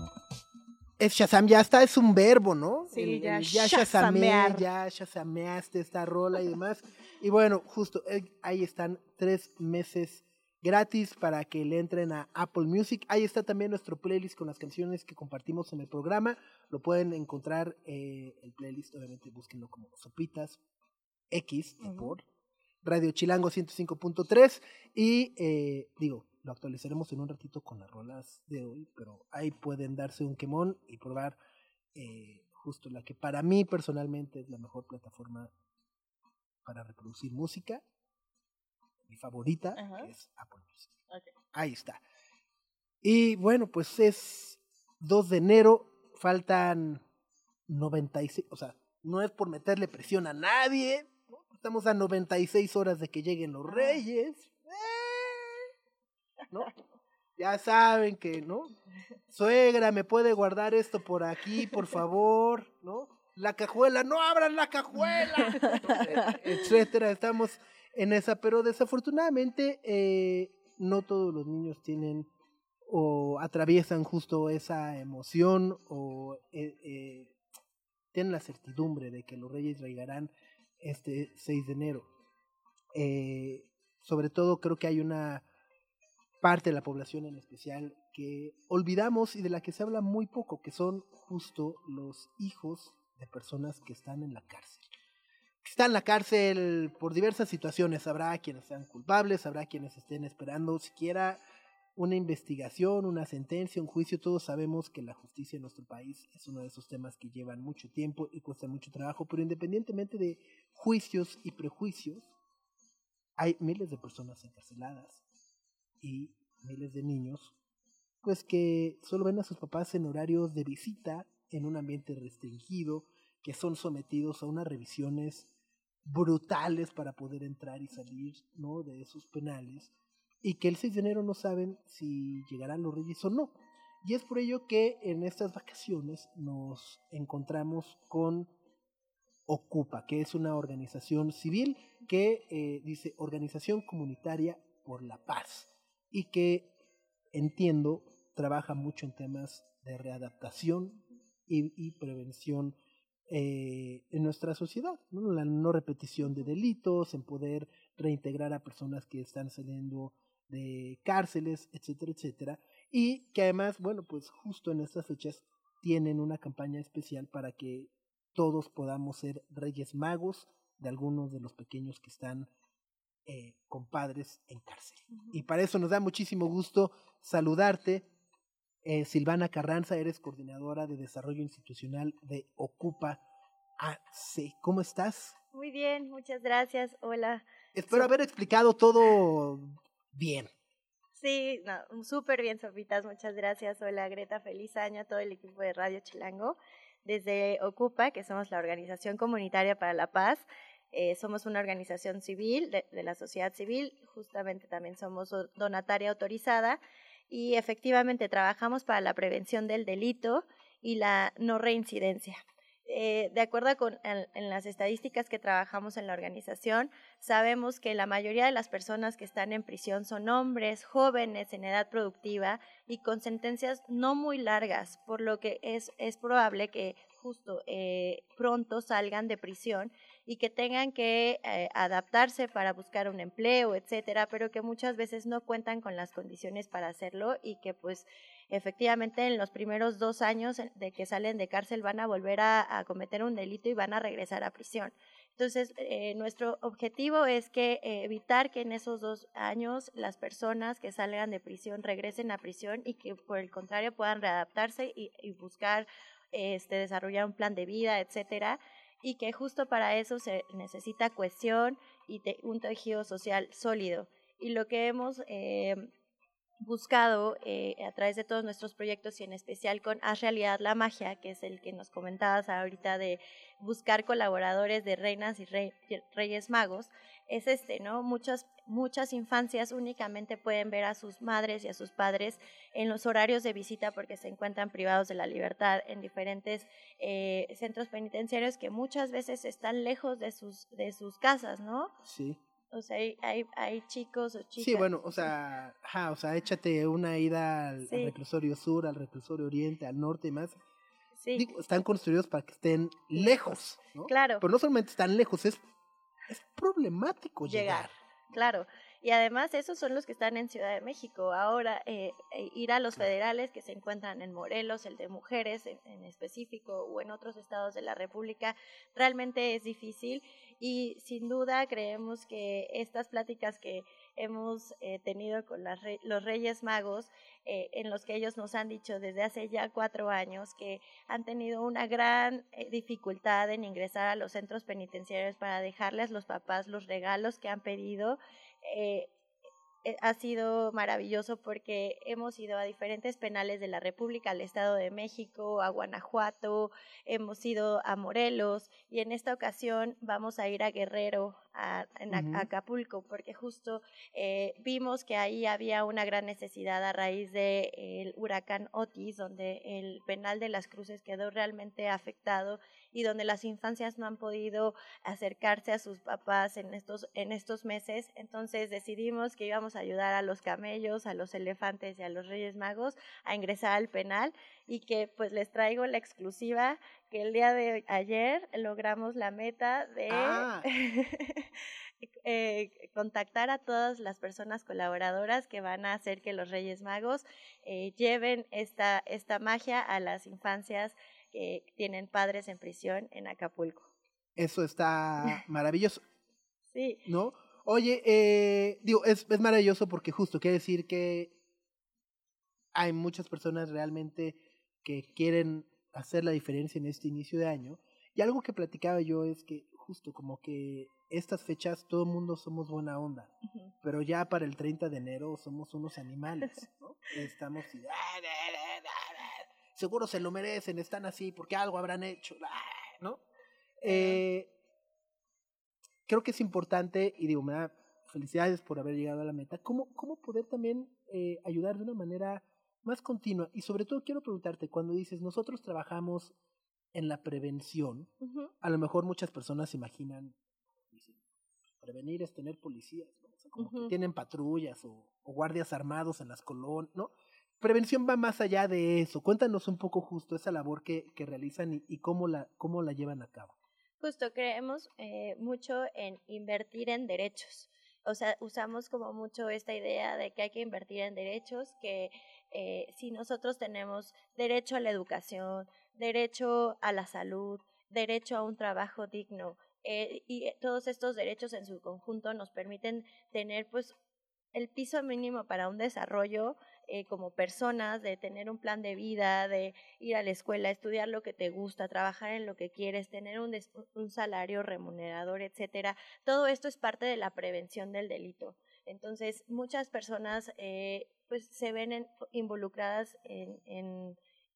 Es Shazam, ya está, es un verbo, ¿no? Sí, El- ya el ya shazamé, shazamear. ya shazameaste esta rola y demás. Y bueno, justo eh, ahí están tres meses gratis para que le entren a Apple Music. Ahí está también nuestro playlist con las canciones que compartimos en el programa. Lo pueden encontrar, eh, el playlist, obviamente búsquenlo como Sopitas X de Ujú. por Radio Chilango ciento cinco punto tres. Y eh, digo, lo actualizaremos en un ratito con las rolas de hoy, pero ahí pueden darse un quemón y probar eh, justo la que para mí personalmente es la mejor plataforma para reproducir música, mi favorita, Ajá. que es Apple Music. Ok. Ahí está. Y bueno, pues es dos de enero, faltan noventa y seis, o sea, no es por meterle presión a nadie, ¿no? Estamos a noventa y seis horas de que lleguen los Reyes, eh, ¿no? Ya saben que, ¿no? Suegra, ¿me puede guardar esto por aquí, por favor? ¿No? La cajuela, no abran la cajuela, etcétera. Estamos en esa, pero desafortunadamente eh, no todos los niños tienen o atraviesan justo esa emoción o eh, eh, tienen la certidumbre de que los Reyes llegarán este seis de enero. Eh, sobre todo creo que hay una parte de la población en especial que olvidamos y de la que se habla muy poco, que son justo los hijos de personas que están en la cárcel. Que están en la cárcel por diversas situaciones. Habrá quienes sean culpables, habrá quienes estén esperando siquiera una investigación, una sentencia, un juicio. Todos sabemos que la justicia en nuestro país es uno de esos temas que llevan mucho tiempo y cuesta mucho trabajo, pero independientemente de juicios y prejuicios, hay miles de personas encarceladas y miles de niños pues que solo ven a sus papás en horarios de visita, en un ambiente restringido, que son sometidos a unas revisiones brutales para poder entrar y salir, ¿no?, de esos penales, y que el seis de enero no saben si llegarán los Reyes o no. Y es por ello que en estas vacaciones nos encontramos con Ocupa, que es una organización civil que eh, dice Organización Comunitaria por la Paz, y que entiendo trabaja mucho en temas de readaptación y, y prevención eh, en nuestra sociedad, ¿no? La no repetición de delitos, en poder reintegrar a personas que están saliendo de cárceles, etcétera, etcétera, y que además, bueno, pues justo en estas fechas tienen una campaña especial para que todos podamos ser Reyes Magos de algunos de los pequeños que están eh, con padres en cárcel. Uh-huh. Y para eso nos da muchísimo gusto saludarte. Eh, Silvana Carranza, eres coordinadora de desarrollo institucional de Ocupa A C. ¿Cómo estás? Muy bien, muchas gracias. Hola. Espero haber explicado todo bien. Sí, no, súper bien, Sopitas, muchas gracias. Hola, Greta, feliz año a todo el equipo de Radio Chilango. Desde Ocupa, que somos la Organización Comunitaria para la Paz, eh, somos una organización civil de, de la sociedad civil, justamente también somos donataria autorizada y efectivamente trabajamos para la prevención del delito y la no reincidencia. Eh, de acuerdo con en, en las estadísticas que trabajamos en la organización, sabemos que la mayoría de las personas que están en prisión son hombres, jóvenes, en edad productiva y con sentencias no muy largas, por lo que es, es probable que justo eh, pronto salgan de prisión y que tengan que eh, adaptarse para buscar un empleo, etcétera, pero que muchas veces no cuentan con las condiciones para hacerlo y que pues efectivamente en los primeros dos años de que salen de cárcel van a volver a, a cometer un delito y van a regresar a prisión. Entonces, eh, nuestro objetivo es que eh, evitar que en esos dos años las personas que salgan de prisión regresen a prisión y que por el contrario puedan readaptarse y, y buscar este, desarrollar un plan de vida, etcétera, y que justo para eso se necesita cohesión y te, un tejido social sólido. Y lo que hemos eh, buscado eh, a través de todos nuestros proyectos y en especial con Haz Realidad la Magia, que es el que nos comentabas ahorita de buscar colaboradores de reinas y rey, reyes magos, es este, ¿no? Muchas, muchas infancias únicamente pueden ver a sus madres y a sus padres en los horarios de visita porque se encuentran privados de la libertad en diferentes eh, centros penitenciarios que muchas veces están lejos de sus, de sus casas, ¿no? Sí. O sea, hay, hay, hay chicos o chicas. Sí, bueno, o sea, ajá, o sea, échate una ida al, sí. al reclusorio sur, al reclusorio oriente, al norte y más. Sí, digo, están construidos para que estén lejos, ¿no? claro. Pero no solamente están lejos, es, es problemático llegar. Llegar. Claro, y además esos son los que están en Ciudad de México. Ahora, eh, eh, ir a los Claro. federales que se encuentran en Morelos, el de mujeres en, en específico, o en otros estados de la República, realmente es difícil y sin duda creemos que estas pláticas que hemos eh, tenido con las re- los Reyes Magos, eh, en los que ellos nos han dicho desde hace ya cuatro años que han tenido una gran eh, dificultad en ingresar a los centros penitenciarios para dejarles a los papás los regalos que han pedido. Eh, eh, ha sido maravilloso porque hemos ido a diferentes penales de la República, al Estado de México, a Guanajuato, hemos ido a Morelos y en esta ocasión vamos a ir a Guerrero, a, en Ac- Ujú. Acapulco, porque justo eh, vimos que ahí había una gran necesidad a raíz del huracán Otis, donde el penal de las Cruces quedó realmente afectado y donde las infancias no han podido acercarse a sus papás en estos, en estos meses. Entonces decidimos que íbamos a ayudar a los camellos, a los elefantes y a los Reyes Magos a ingresar al penal y que pues les traigo la exclusiva que el día de ayer logramos la meta de Ah. eh, contactar a todas las personas colaboradoras que van a hacer que los Reyes Magos eh, lleven esta, esta magia a las infancias que tienen padres en prisión en Acapulco. Eso está maravilloso, Sí, ¿no? Oye, eh, digo, es, es maravilloso porque justo quiere decir que hay muchas personas realmente que quieren hacer la diferencia en este inicio de año. Y algo que platicaba yo es que justo como que estas fechas todo el mundo somos buena onda, ujú, pero ya para el treinta de enero somos unos animales, ¿no? Estamos y, seguro se lo merecen, están así porque algo habrán hecho, ¿no? Eh, creo que es importante, y digo, me da felicidades por haber llegado a la meta, ¿cómo, cómo poder también eh, ayudar de una manera más continua? Y sobre todo quiero preguntarte, cuando dices, nosotros trabajamos en la prevención, ujú. a lo mejor muchas personas se imaginan, dicen, prevenir es tener policías, ¿no? O sea, como Ujú. que tienen patrullas o, o guardias armados en las colonias, ¿no? Prevención va más allá de eso. Cuéntanos un poco justo esa labor que, que realizan y, y cómo, la, cómo la llevan a cabo. Justo creemos eh, mucho en invertir en derechos. O sea, usamos como mucho esta idea de que hay que invertir en derechos, que eh, si nosotros tenemos derecho a la educación, derecho a la salud, derecho a un trabajo digno, eh, y todos estos derechos en su conjunto nos permiten tener pues el piso mínimo para un desarrollo eh, como personas, de tener un plan de vida, de ir a la escuela, estudiar lo que te gusta, trabajar en lo que quieres, tener un, des- un salario remunerador, etcétera. Todo esto es parte de la prevención del delito. Entonces, muchas personas eh, pues se ven en- involucradas en, en,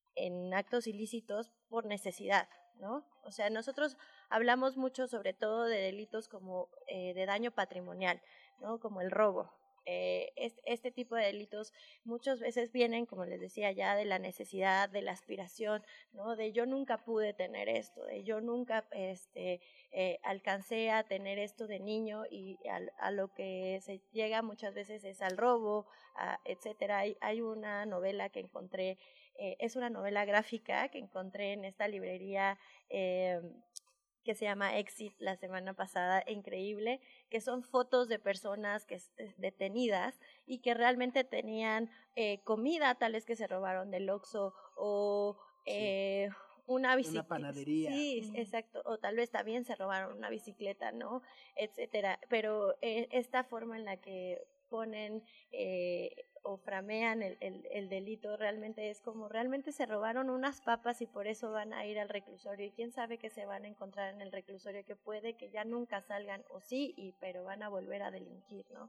en actos ilícitos por necesidad, ¿no? O sea, nosotros hablamos mucho sobre todo de delitos como eh, de daño patrimonial, ¿no? Como el robo. Eh, este, este tipo de delitos muchas veces vienen, como les decía ya, de la necesidad, de la aspiración, ¿no? De yo nunca pude tener esto, de yo nunca este, eh, alcancé a tener esto de niño y a, a lo que se llega muchas veces es al robo, a, etcétera. Hay, hay una novela que encontré, eh, es una novela gráfica que encontré en esta librería eh, que se llama Exit la semana pasada, increíble, que son fotos de personas que detenidas y que realmente tenían eh, comida, tal vez que se robaron del Oxxo o eh, sí. una bicicleta. Una panadería. Sí, mm. exacto, o tal vez también se robaron una bicicleta, ¿no? Etcétera. Pero eh, esta forma en la que ponen eh, o framean el, el, el delito realmente es como realmente se robaron unas papas y por eso van a ir al reclusorio y quién sabe qué se van a encontrar en el reclusorio, que puede que ya nunca salgan o sí, y, pero van a volver a delinquir, ¿no?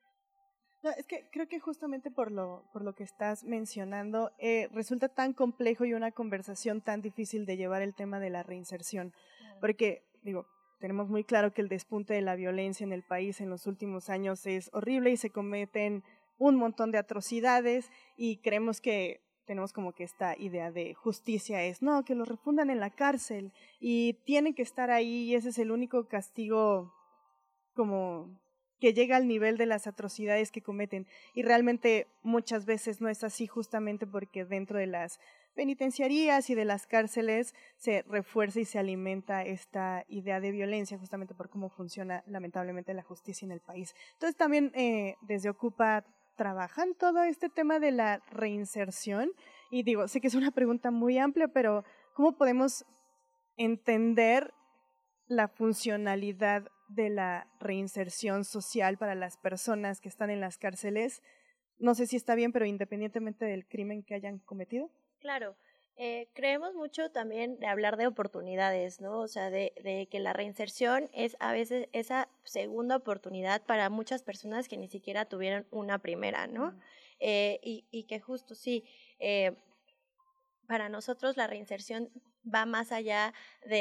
No, es que creo que justamente por lo, por lo que estás mencionando, eh, resulta tan complejo y una conversación tan difícil de llevar el tema de la reinserción, claro. Porque, digo, tenemos muy claro que el despunte de la violencia en el país en los últimos años es horrible y se cometen un montón de atrocidades y creemos que tenemos como que esta idea de justicia es, no, que los refundan en la cárcel y tienen que estar ahí y ese es el único castigo como que llega al nivel de las atrocidades que cometen y realmente muchas veces no es así justamente porque dentro de las penitenciarías y de las cárceles se refuerza y se alimenta esta idea de violencia justamente por cómo funciona lamentablemente la justicia en el país. Entonces también eh, desde Ocupa trabajan todo este tema de la reinserción y digo, sé que es una pregunta muy amplia, pero ¿cómo podemos entender la funcionalidad de la reinserción social para las personas que están en las cárceles? No sé si está bien, pero independientemente del crimen que hayan cometido. Claro, eh, creemos mucho también de hablar de oportunidades, ¿no? O sea, de, de que la reinserción es a veces esa segunda oportunidad para muchas personas que ni siquiera tuvieron una primera, ¿no? Mm. Eh, y, y que justo sí, eh, para nosotros la reinserción va más allá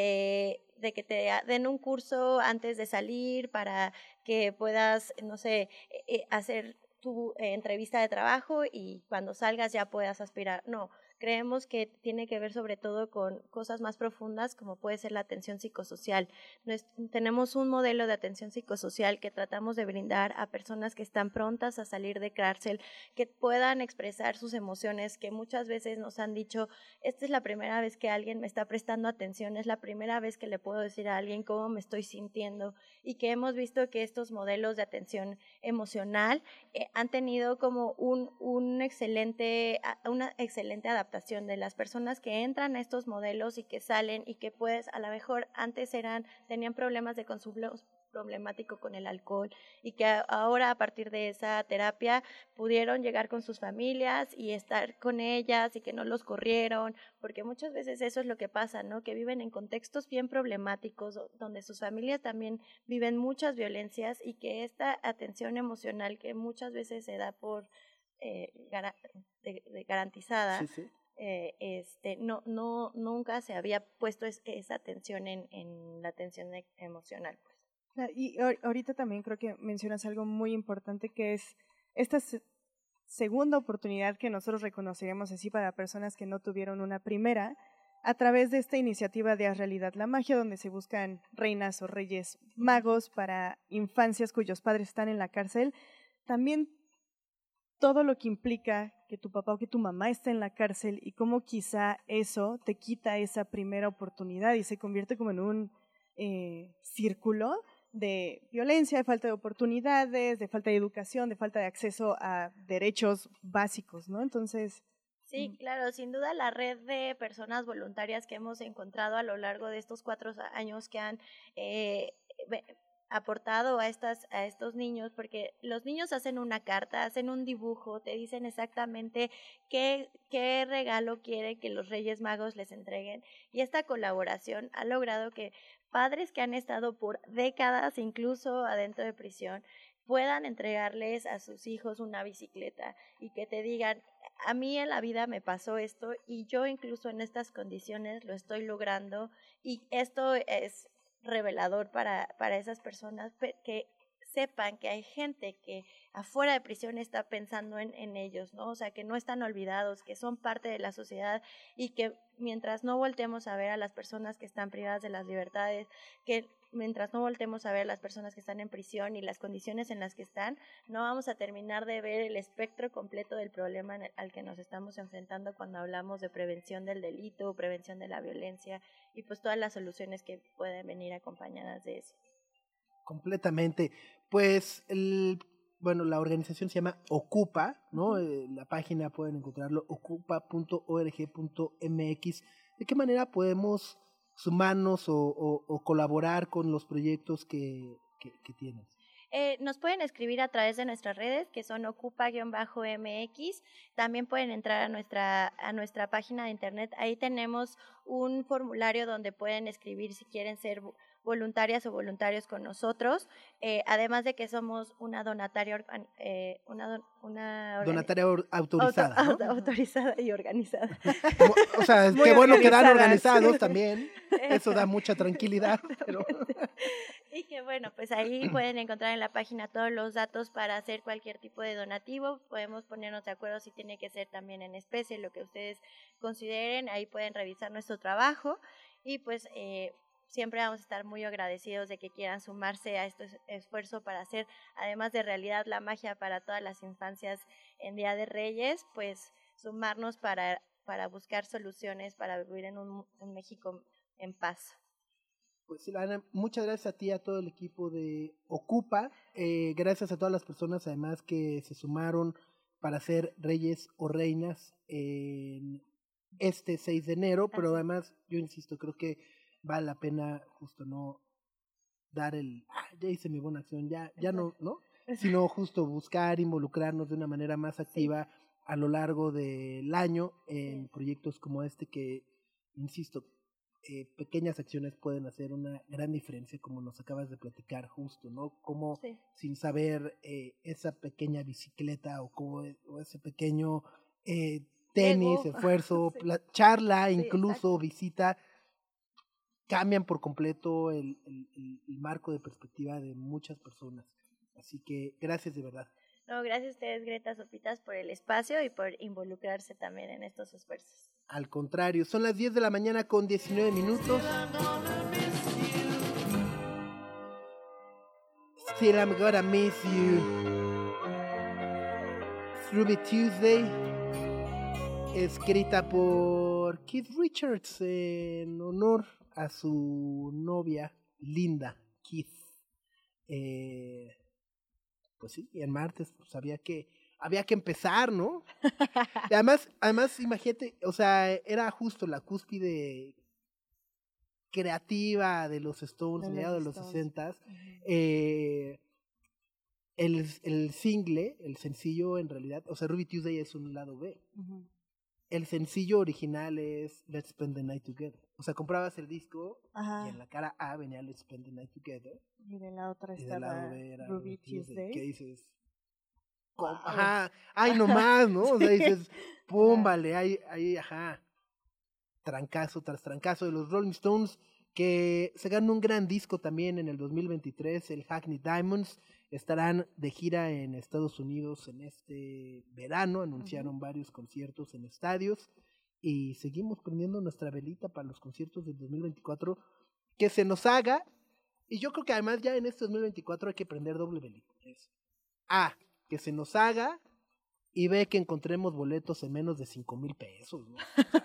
de, de que te den un curso antes de salir para que puedas, no sé, eh, hacer tu eh, entrevista de trabajo y cuando salgas ya puedas aspirar. No, creemos que tiene que ver sobre todo con cosas más profundas como puede ser la atención psicosocial. Nos, tenemos un modelo de atención psicosocial que tratamos de brindar a personas que están prontas a salir de cárcel, que puedan expresar sus emociones, que muchas veces nos han dicho, esta es la primera vez que alguien me está prestando atención, es la primera vez que le puedo decir a alguien cómo me estoy sintiendo, y que hemos visto que estos modelos de atención emocional eh, han tenido como un, un excelente, una excelente adaptación de las personas que entran a estos modelos y que salen y que pues a lo mejor antes eran, tenían problemas de consumo problemático con el alcohol y que ahora a partir de esa terapia pudieron llegar con sus familias y estar con ellas y que no los corrieron, porque muchas veces eso es lo que pasa, ¿no? Que viven en contextos bien problemáticos donde sus familias también viven muchas violencias y que esta atención emocional que muchas veces se da por eh, gar de, de garantizada, sí, sí. Eh, este, no, no, nunca se había puesto es, esa atención en, en la atención e emocional. Pues. Y ahorita también creo que mencionas algo muy importante que es esta se segunda oportunidad que nosotros reconoceríamos así para personas que no tuvieron una primera, a través de esta iniciativa de Haz Realidad la Magia, donde se buscan reinas o reyes magos para infancias cuyos padres están en la cárcel. También todo lo que implica que tu papá o que tu mamá esté en la cárcel y cómo quizá eso te quita esa primera oportunidad y se convierte como en un eh, círculo de violencia, de falta de oportunidades, de falta de educación, de falta de acceso a derechos básicos, ¿no? Entonces... Sí, claro, sin duda la red de personas voluntarias que hemos encontrado a lo largo de estos cuatro años que han... Eh, aportado a estas a estos niños, porque los niños hacen una carta, hacen un dibujo, te dicen exactamente qué qué regalo quieren que los Reyes Magos les entreguen, y esta colaboración ha logrado que padres que han estado por décadas incluso adentro de prisión puedan entregarles a sus hijos una bicicleta y que te digan, a mí en la vida me pasó esto y yo incluso en estas condiciones lo estoy logrando, y esto es revelador para, para esas personas, que sepan que hay gente que afuera de prisión está pensando en, en ellos, ¿no? O sea, que no están olvidados, que son parte de la sociedad y que mientras no volteemos a ver a las personas que están privadas de las libertades, que mientras no volteemos a ver a las personas que están en prisión y las condiciones en las que están, no vamos a terminar de ver el espectro completo del problema en el, al que nos estamos enfrentando cuando hablamos de prevención del delito, prevención de la violencia y pues todas las soluciones que pueden venir acompañadas de eso. Completamente. Pues, el, bueno, la organización se llama Ocupa, ¿no? Uh-huh. eh, la página pueden encontrarlo, ocupa punto org punto mx. ¿De qué manera podemos sumarnos o, o, o colaborar con los proyectos que, que, que tienes? Eh, nos pueden escribir a través de nuestras redes, que son ocupa-M X. También pueden entrar a nuestra, a nuestra página de internet. Ahí tenemos un formulario donde pueden escribir si quieren ser voluntarias o voluntarios con nosotros, eh, además de que somos una donataria, eh, una, una donataria autorizada, auto, ¿no? autorizada y organizada. Como, o sea, qué bueno que dan organizados también, eso da mucha tranquilidad. Pero... Y que bueno, pues ahí pueden encontrar en la página todos los datos para hacer cualquier tipo de donativo. Podemos ponernos de acuerdo si tiene que ser también en especie, lo que ustedes consideren. Ahí pueden revisar nuestro trabajo y pues eh, siempre vamos a estar muy agradecidos de que quieran sumarse a este esfuerzo para hacer, además de realidad la magia para todas las infancias en Día de Reyes, pues sumarnos para, para buscar soluciones para vivir en un en México en paz. Pues Ana, muchas gracias a ti y a todo el equipo de Ocupa, eh, gracias a todas las personas además que se sumaron para ser reyes o reinas en este seis de enero, pero Así. además yo insisto, creo que vale la pena justo no dar el, ah, ya hice mi buena acción, ya, ya no, ¿no? Sino justo buscar involucrarnos de una manera más activa sí. a lo largo del año en sí. proyectos como este que, insisto, Eh, pequeñas acciones pueden hacer una gran diferencia, como nos acabas de platicar justo, ¿no? Como sí. sin saber eh, esa pequeña bicicleta o, como, o ese pequeño eh, tenis, Lego. esfuerzo, sí. charla, sí, incluso exacto. visita, cambian por completo el, el, el, el marco de perspectiva de muchas personas. Así que gracias de verdad. No, gracias a ustedes, Greta Sopitas, por el espacio y por involucrarse también en estos esfuerzos. Al contrario, son las diez de la mañana con diecinueve minutos. Still I'm gonna miss you. Ruby Tuesday, escrita por Keith Richards en honor a su novia Linda Keith. Eh, pues sí, y el martes pues había que había que empezar, ¿no? Y además, además, imagínate, o sea, era justo la cúspide creativa de los Stones, mediados de los sesentas. Uh-huh. Eh, el, el single, el sencillo en realidad, o sea, Ruby Tuesday es un lado B. Uh-huh. El sencillo original es Let's Spend the Night Together. O sea, comprabas el disco Ajá. y en la cara A venía Let's Spend the Night Together. Y de la otra estaba Ruby, Ruby Tuesday. ¿Qué dices? Wow. Ajá, ay, nomás, ¿no? O sea, dices, pum, vale, ahí, ahí, ajá. Trancazo tras trancazo de los Rolling Stones, que se ganó un gran disco también en el dos mil veintitrés, el Hackney Diamonds. Estarán de gira en Estados Unidos en este verano, anunciaron uh-huh. varios conciertos en estadios y seguimos prendiendo nuestra velita para los conciertos del dos mil veinticuatro, que se nos haga, y yo creo que además ya en este dos mil veinticuatro hay que prender doble velita. Eso. Ah, que se nos haga y ve que encontremos boletos en menos de cinco mil pesos, ¿no?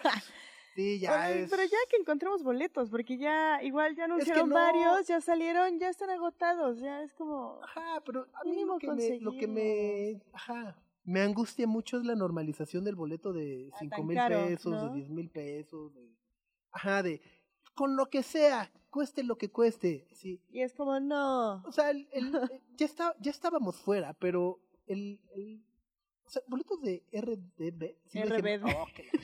Sí, ya Ay, es... Pero ya que encontremos boletos, porque ya igual ya anunciaron es que no... varios, ya salieron, ya están agotados, ya es como... Ajá, pero a mí lo que, me, lo que me... Ajá, me angustia mucho es la normalización del boleto de cinco mil pesos, ¿no? De diez mil pesos, de... Ajá, de... Con lo que sea, cueste lo que cueste, sí. Y es como, no... O sea, el, el, el, ya, está, ya estábamos fuera, pero el... el o sea, boletos de R D B... Sí R B D. Dije, oh, que...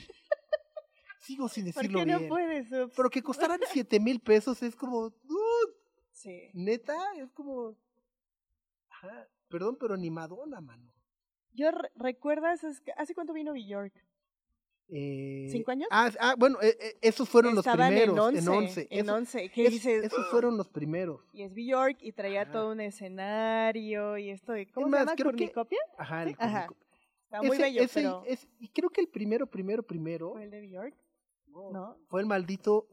Sigo sin decirlo ¿Por qué no bien. puedes? Pero que costaran siete mil pesos es como... Uh, sí. Neta, es como... Ajá, perdón, pero ni Madonna, mano. Yo, re- ¿recuerdas? ¿Hace cuánto vino Bjork? Eh, ¿Cinco años? Ah, ah bueno, eh, eh, esos fueron Estaban los primeros. en once. En once. En Eso, once. ¿Qué es, dices? Esos fueron los primeros. Y es Bjork y traía Ajá. todo un escenario y esto de... ¿Cómo Es se más, llama? creo que- ¿Cornucopia? Ajá, el Sí, ajá. cornuco- Está muy Ese- bello, ese- pero... es- y creo que el primero, primero, primero... ¿Fue el de Bjork? No. Fue el maldito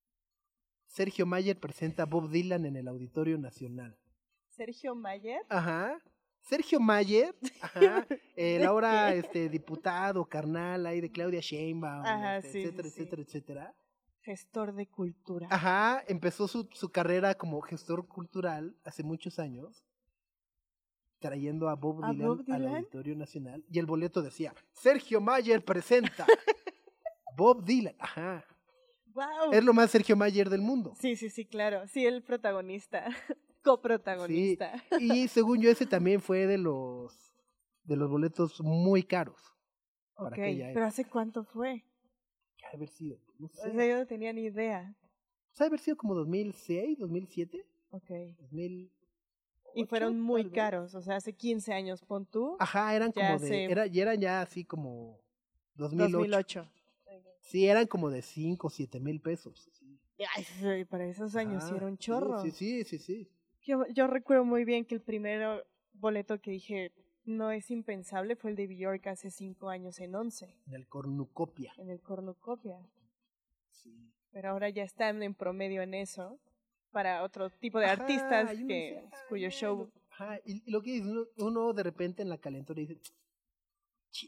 Sergio Mayer presenta a Bob Dylan en el Auditorio Nacional. ¿Sergio Mayer? Ajá. Sergio Mayer, ajá, el ahora este diputado carnal ahí de Claudia Sheinbaum, Ajá, este, sí, etcétera, sí, sí. etcétera, etcétera. Gestor de cultura. Ajá, empezó su, su carrera como gestor cultural hace muchos años, trayendo a Bob ¿A Dylan, Bob al Dylan? Auditorio Nacional, y el boleto decía, Sergio Mayer presenta Bob Dylan, ajá. ¡Wow! Es lo más Sergio Mayer del mundo. Sí, sí, sí, claro. Sí, el protagonista. Coprotagonista. Sí. Y según yo, ese también fue de los de los boletos muy caros. Para Ok, aquella pero época. ¿hace cuánto fue? Ha de haber sido, no sé. O sea, yo no tenía ni idea. Ha de haber sido como dos mil seis, dos mil siete, Ok. dos mil ocho, Y fueron muy tal vez. caros. O sea, hace quince años, pon tú. Ajá, eran Ya como de, sé. era, y eran ya así como dos mil ocho. dos mil ocho. Sí, eran como de cinco, siete mil pesos. Sí. Ay, sí, para esos años sí Ajá, era un chorro. Sí, sí, sí, sí. Yo, yo recuerdo muy bien que el primer boleto que dije no es impensable fue el de Bjork hace cinco años en once, En el Cornucopia. en el Cornucopia. Sí. Pero ahora ya están en promedio en eso para otro tipo de Ajá, artistas y uno que dice, "Ah, cuyo show... Ajá, y, y lo que dice, uno, uno de repente en la calentura dice, "Ch-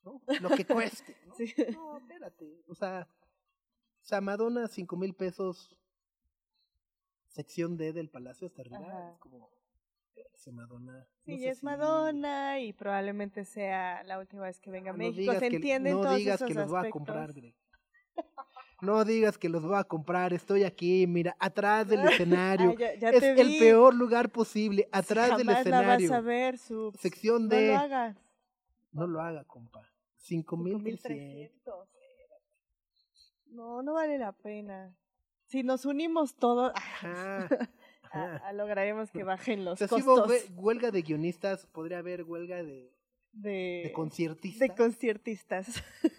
¿no? Lo que cueste, ¿no? Sí. No, espérate, o sea, o sea, Madonna, cinco mil pesos, sección D del Palacio hasta arriba, Ajá. es como, ese Madonna. Sí, no y sé es si- Madonna y probablemente sea la última vez que venga a no México. digas Se que- entienden no todos digas esos que los voy a aspectos. comprar, Gre. No digas que los voy a comprar, estoy aquí, mira, atrás del escenario. Ay, ya, ya es te el vi. peor lugar posible, atrás del Jamás la escenario. vas a ver, su Sección No D. lo hagas. No lo haga, compa. Cinco mil trescientos. trescientos. No, no vale la pena. Si nos unimos todos, Ajá. ah, ajá. ah, lograremos que bajen O los sea, si hubo costos hue- huelga de guionistas, podría haber huelga de, de, de conciertistas. de conciertistas.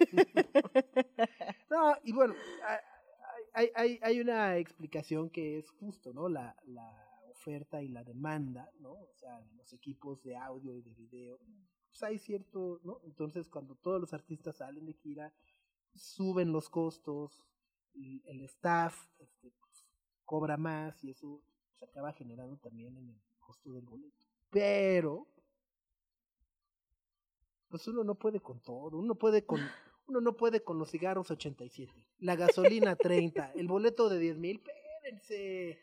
No, y bueno, hay, hay, hay una explicación que es justo, ¿no? La, la oferta y la demanda, ¿no? O sea, los equipos de audio y de video, pues hay cierto, ¿no? Entonces, cuando todos los artistas salen de gira, suben los costos, y el staff este, pues, cobra más y eso se acaba generando también en el costo del boleto. Pero, pues uno no puede con todo, uno puede con... Uno no puede con los cigarros ochenta y siete, la gasolina treinta, el boleto de diez mil, espérense.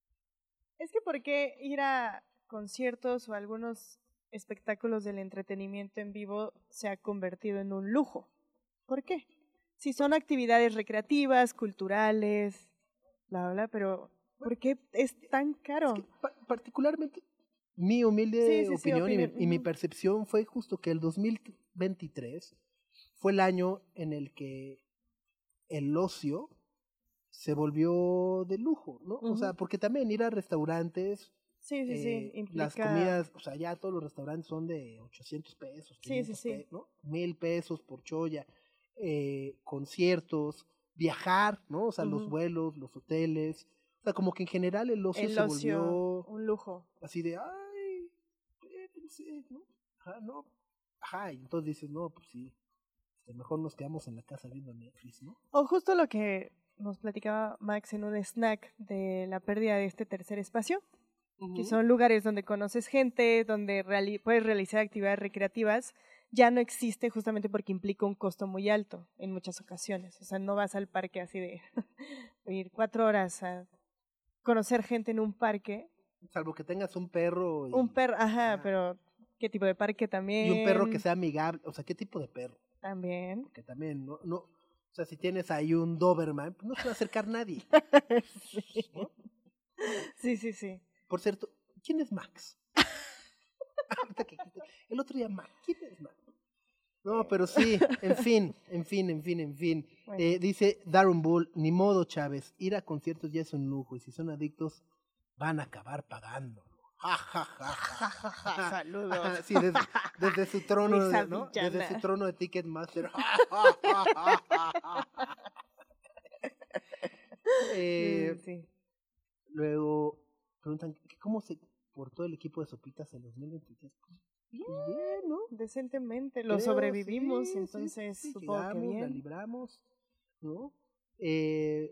Es que ¿por qué ir a conciertos o algunos espectáculos del entretenimiento en vivo se ha convertido en un lujo? ¿Por qué? Si son actividades recreativas, culturales, bla, bla, bla, pero ¿por qué es tan caro? Es que, pa- particularmente, mi humilde Sí, sí, sí, opinión y, mi, opinión, y mi ujú. percepción fue justo que el dos mil veintitrés fue el año en el que el ocio se volvió de lujo, ¿no? O Ujú. sea, porque también ir a restaurantes, Sí, sí, sí, eh, implica... las comidas, o sea, ya todos los restaurantes son de ochocientos pesos, Sí, sí, quinientos sí. pe- ¿no? Mil pesos por cholla, eh, conciertos, viajar, ¿no? O sea, los Ujú. vuelos, los hoteles, o sea, como que en general el ocio El se ocio, volvió un lujo. así de, ay, espérense, ¿no? Ajá, no, ajá, y entonces dices, no, pues sí, este, mejor nos quedamos en la casa viendo Netflix, ¿no? O justo lo que nos platicaba Max en un snack de la pérdida de este tercer espacio, que son lugares donde conoces gente, donde reali- puedes realizar actividades recreativas, ya no existe justamente porque implica un costo muy alto en muchas ocasiones. O sea, no vas al parque así de ir cuatro horas a conocer gente en un parque. Salvo que tengas un perro y, Un perro, ajá, Ajá. pero ¿qué tipo de parque también? y un perro que sea amigable, o sea, ¿qué tipo de perro? También. Porque también, no, no, o sea, si tienes ahí un Doberman, pues no se va a acercar nadie. Sí. ¿No? Sí, sí, sí. Por cierto, ¿quién es Max? Ahorita que quité- el otro día Max, ¿quién es Max? No, pero sí, en fin, en fin, en fin, en fin. Bueno. Eh, dice Darren Bull, ni modo, Chávez, ir a conciertos ya es un lujo y si son adictos van a acabar pagando. Ja, ja, ja, ja, ja, ja. Saludos. Ajá, sí, desde, desde su trono, Luisa de- ¿no? Villana. Desde su trono de Ticketmaster. Ja, ja, ja, ja, ja, ja. Eh, Mm, sí. Luego preguntan que cómo se portó el equipo de Sopitas en dos mil veintitrés. Pues, Bien, bien, ¿no? Decentemente, lo Creo, sobrevivimos, sí, sí, entonces sí, supongo que llegamos, la bien. libramos, ¿no? Eh,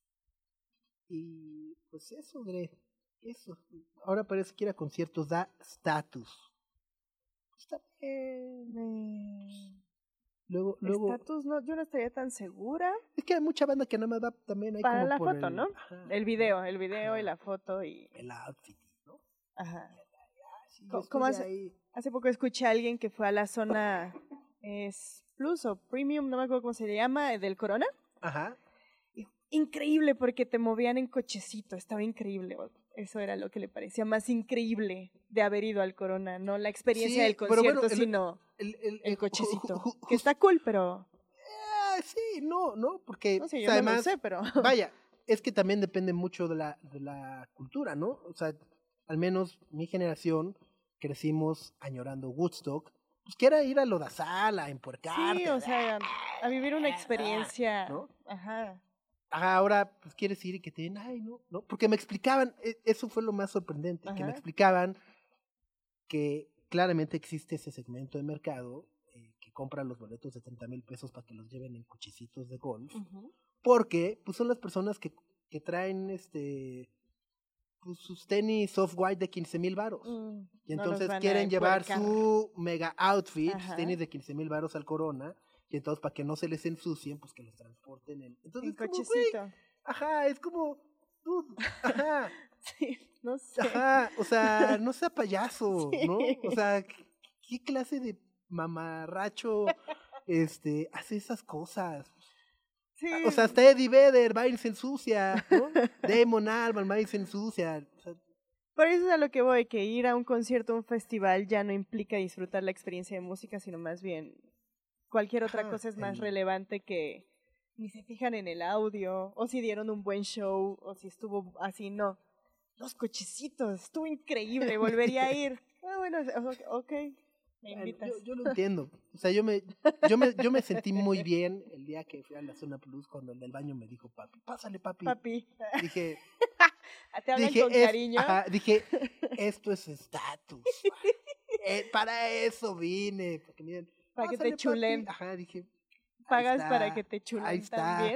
y pues eso, Gre, eso. Ahora parece que ir a conciertos da estatus. Está bien. Eh, Luego, luego, Estatus, no, yo no estaría tan segura. es que hay mucha banda que nada más va también ahí Para como la por foto, el, ¿no? ajá, El video, el video y Ajá. la foto y... el outfit, ¿no? Ajá. Sí, Co- después ¿cómo de hace- ahí- Hace poco escuché a alguien que fue a la zona es Plus o Premium, no me acuerdo cómo se llama, del Corona. Ajá. Y increíble porque te movían en cochecito, estaba increíble. Eso era lo que le parecía más increíble de haber ido al Corona, no la experiencia Sí, del pero concierto, bueno, el- sino El, el, el ju- cochecito. ju- ju- Que está cool, pero... Ah, sí, no, no, porque No sé, o yo sea, no lo además, sé, pero... vaya, es que también depende mucho de la, de la cultura, ¿no? O sea, al menos mi generación crecimos añorando Woodstock, pues que era ir a Lodazal, a empuercarte. Sí, o sea, a vivir una experiencia. ¿No? Ajá. Ah, ahora pues quieres ir y que te den, ay, no, no, porque me explicaban, e- eso fue lo más sorprendente, que me Ajá. explicaban que claramente existe ese segmento de mercado eh, que compra los boletos de treinta mil pesos para que los lleven en cochecitos de golf, Ujú. porque pues son las personas que, que traen este pues, sus tenis off-white de quince mil varos. Mm, Y no entonces los van a quieren llevar empuercar. su mega outfit, sus Ajá. tenis de quince mil varos al Corona. Y entonces, para que no se les ensucien, pues que los transporten en. Entonces, En como, güey, cochecito. ajá, es como. dude, ajá, Sí, no sé. ajá. O sea, no sea payaso, Sí. ¿no? O sea, ¿qué, qué clase de mamarracho este, hace esas cosas? Sí. O sea, hasta Eddie Vedder va y se ensucia, ¿no? Damon Albarn va y se ensucia. O sea, Por eso es a lo que voy, que ir a un concierto, a un festival, ya no implica disfrutar la experiencia de música, sino más bien cualquier otra Ajá, cosa es más el- relevante que ni se fijan en el audio, o si dieron un buen show, o si estuvo así, no. Los cochecitos, estuvo increíble, volvería a ir. Ah, bueno, o- ok, me Bueno, invitas. Yo, yo lo entiendo. O sea, yo me, yo me, yo me sentí muy bien el día que fui a la Zona Plus cuando el del baño me dijo, papi, pásale, papi. Papi, Dije, te hablan dije, con es- cariño. ajá, dije, esto es estatus. Eh, para eso vine. Para que, miren, Para que te "Pásale, papi". chulen. Ajá, dije, ahí Pagas está, para que te ahí chulen está. también.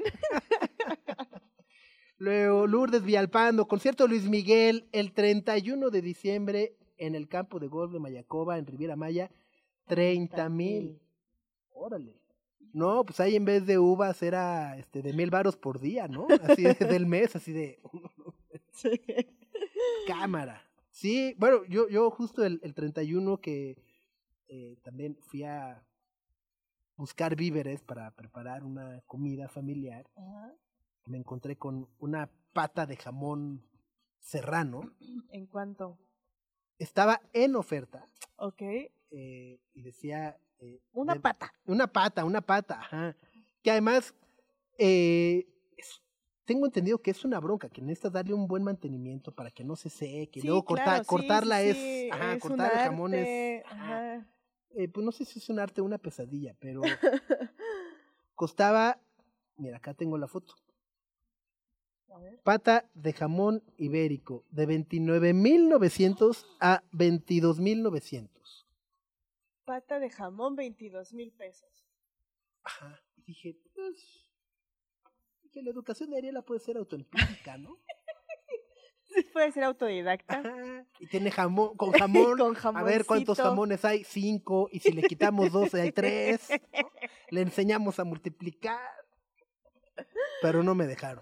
Luego, Lourdes Villalpando, concierto Luis Miguel, el treinta y uno de diciembre en el campo de golf de Mayacoba, en Riviera Maya, treinta mil. Órale. No, pues ahí en vez de uvas era este de mil varos por día, ¿no? Así de- del mes, así de Sí. cámara. Sí, bueno, yo, yo justo el, el treinta y uno que eh, también fui a buscar víveres para preparar una comida familiar, Ajá. me encontré con una pata de jamón serrano. ¿En cuánto? Estaba en oferta Ok. eh, y decía... eh, Una de- pata. Una pata, una pata, ajá. Que además, eh, es- tengo entendido que es una bronca, que necesitas darle un buen mantenimiento para que no se seque. Y Sí, luego cortar, claro, sí, cortarla sí, es, sí, ajá, es un cortar el jamón arte, es, ajá. ajá. Eh, pues no sé si es un arte o una pesadilla, pero costaba, mira, acá tengo la foto. A ver. Pata de jamón ibérico, de veintinueve mil novecientos a veintidós mil novecientos. Pata de jamón, veintidós mil pesos. Ajá. Y dije, pues, que la educación de Ariela puede ser autoempírica, ¿no? Sí, puede ser autodidacta. Ajá. Y tiene jamón, con jamón. Con A ver cuántos jamoncito. jamones hay, cinco. Y si le quitamos dos, hay tres. ¿No? Le enseñamos a multiplicar. Pero no me dejaron.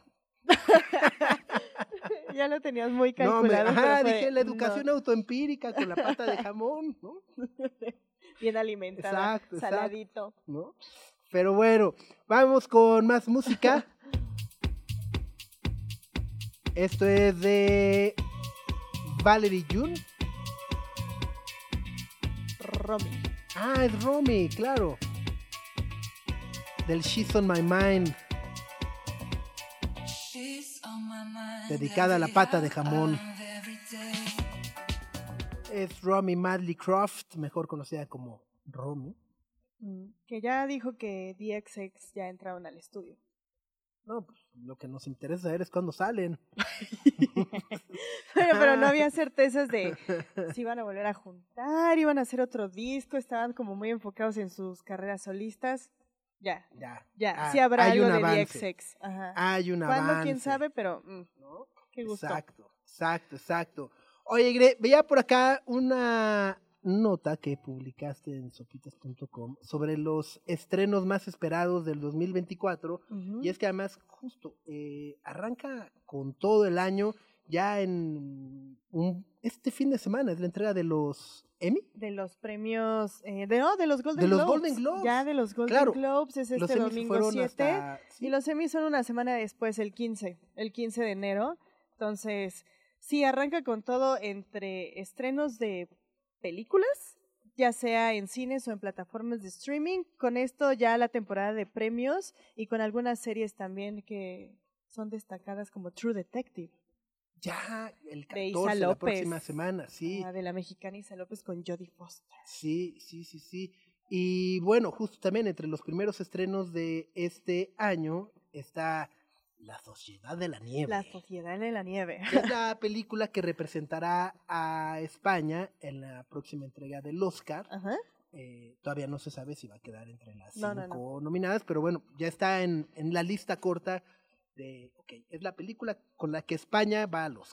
Ya lo tenías muy No, me, calculado. ajá, pero fue dije de, la educación no. autoempírica con la pata de jamón, ¿no? Bien alimentada, Exacto, exacto. saladito. ¿No? Pero bueno, vamos con más música. Esto es de Valerie June. Romy. Ah, es Romy, claro. Del She's on My Mind. Dedicada a la pata de jamón. Es Romy Madley Croft, mejor conocida como Romy. Mm, Que ya dijo que D X X ya entraron al estudio. No, pues lo que nos interesa saber es cuándo salen. Pero, pero no había certezas de si iban a volver a juntar, iban a hacer otro disco, estaban como muy enfocados en sus carreras solistas. Ya, Ya, ya, ah, sí habrá hay algo un de avance. D X X. Ajá. Hay un ¿Cuándo? avance. ¿Quién sabe? Pero, mm, ¿No? qué gusto. Exacto, exacto, exacto. Oye, Gre, veía por acá una nota que publicaste en sopitas punto com sobre los estrenos más esperados del dos mil veinticuatro. Ujú. Y es que además, justo, eh, arranca con todo el año, ya en un, este fin de semana, es la entrega de los Emmy. De los premios, eh, de, no, de los Golden De los Globes. Golden Globes. Ya de los Golden Claro, Globes es los este Emmy se domingo fueron siete. hasta... sí. Y los Emmy son una semana después, el quince, el quince de enero. Entonces, sí, arranca con todo entre estrenos de películas, ya sea en cines o en plataformas de streaming. Con esto ya la temporada de premios y con algunas series también que son destacadas como True Detective, Ya, el de Isa catorce, la López. próxima semana, sí. ah, de la mexicana Isa López con Jodie Foster. Sí, sí, sí, sí. Y bueno, justo también entre los primeros estrenos de este año está La Sociedad de la Nieve. La Sociedad de la Nieve. que es la película que representará a España en la próxima entrega del Oscar. Ajá. Eh, todavía no se sabe si va a quedar entre las No, cinco no, nominadas, pero bueno, ya está en, en la lista corta de, ok, es la película con la que España va al Oscar.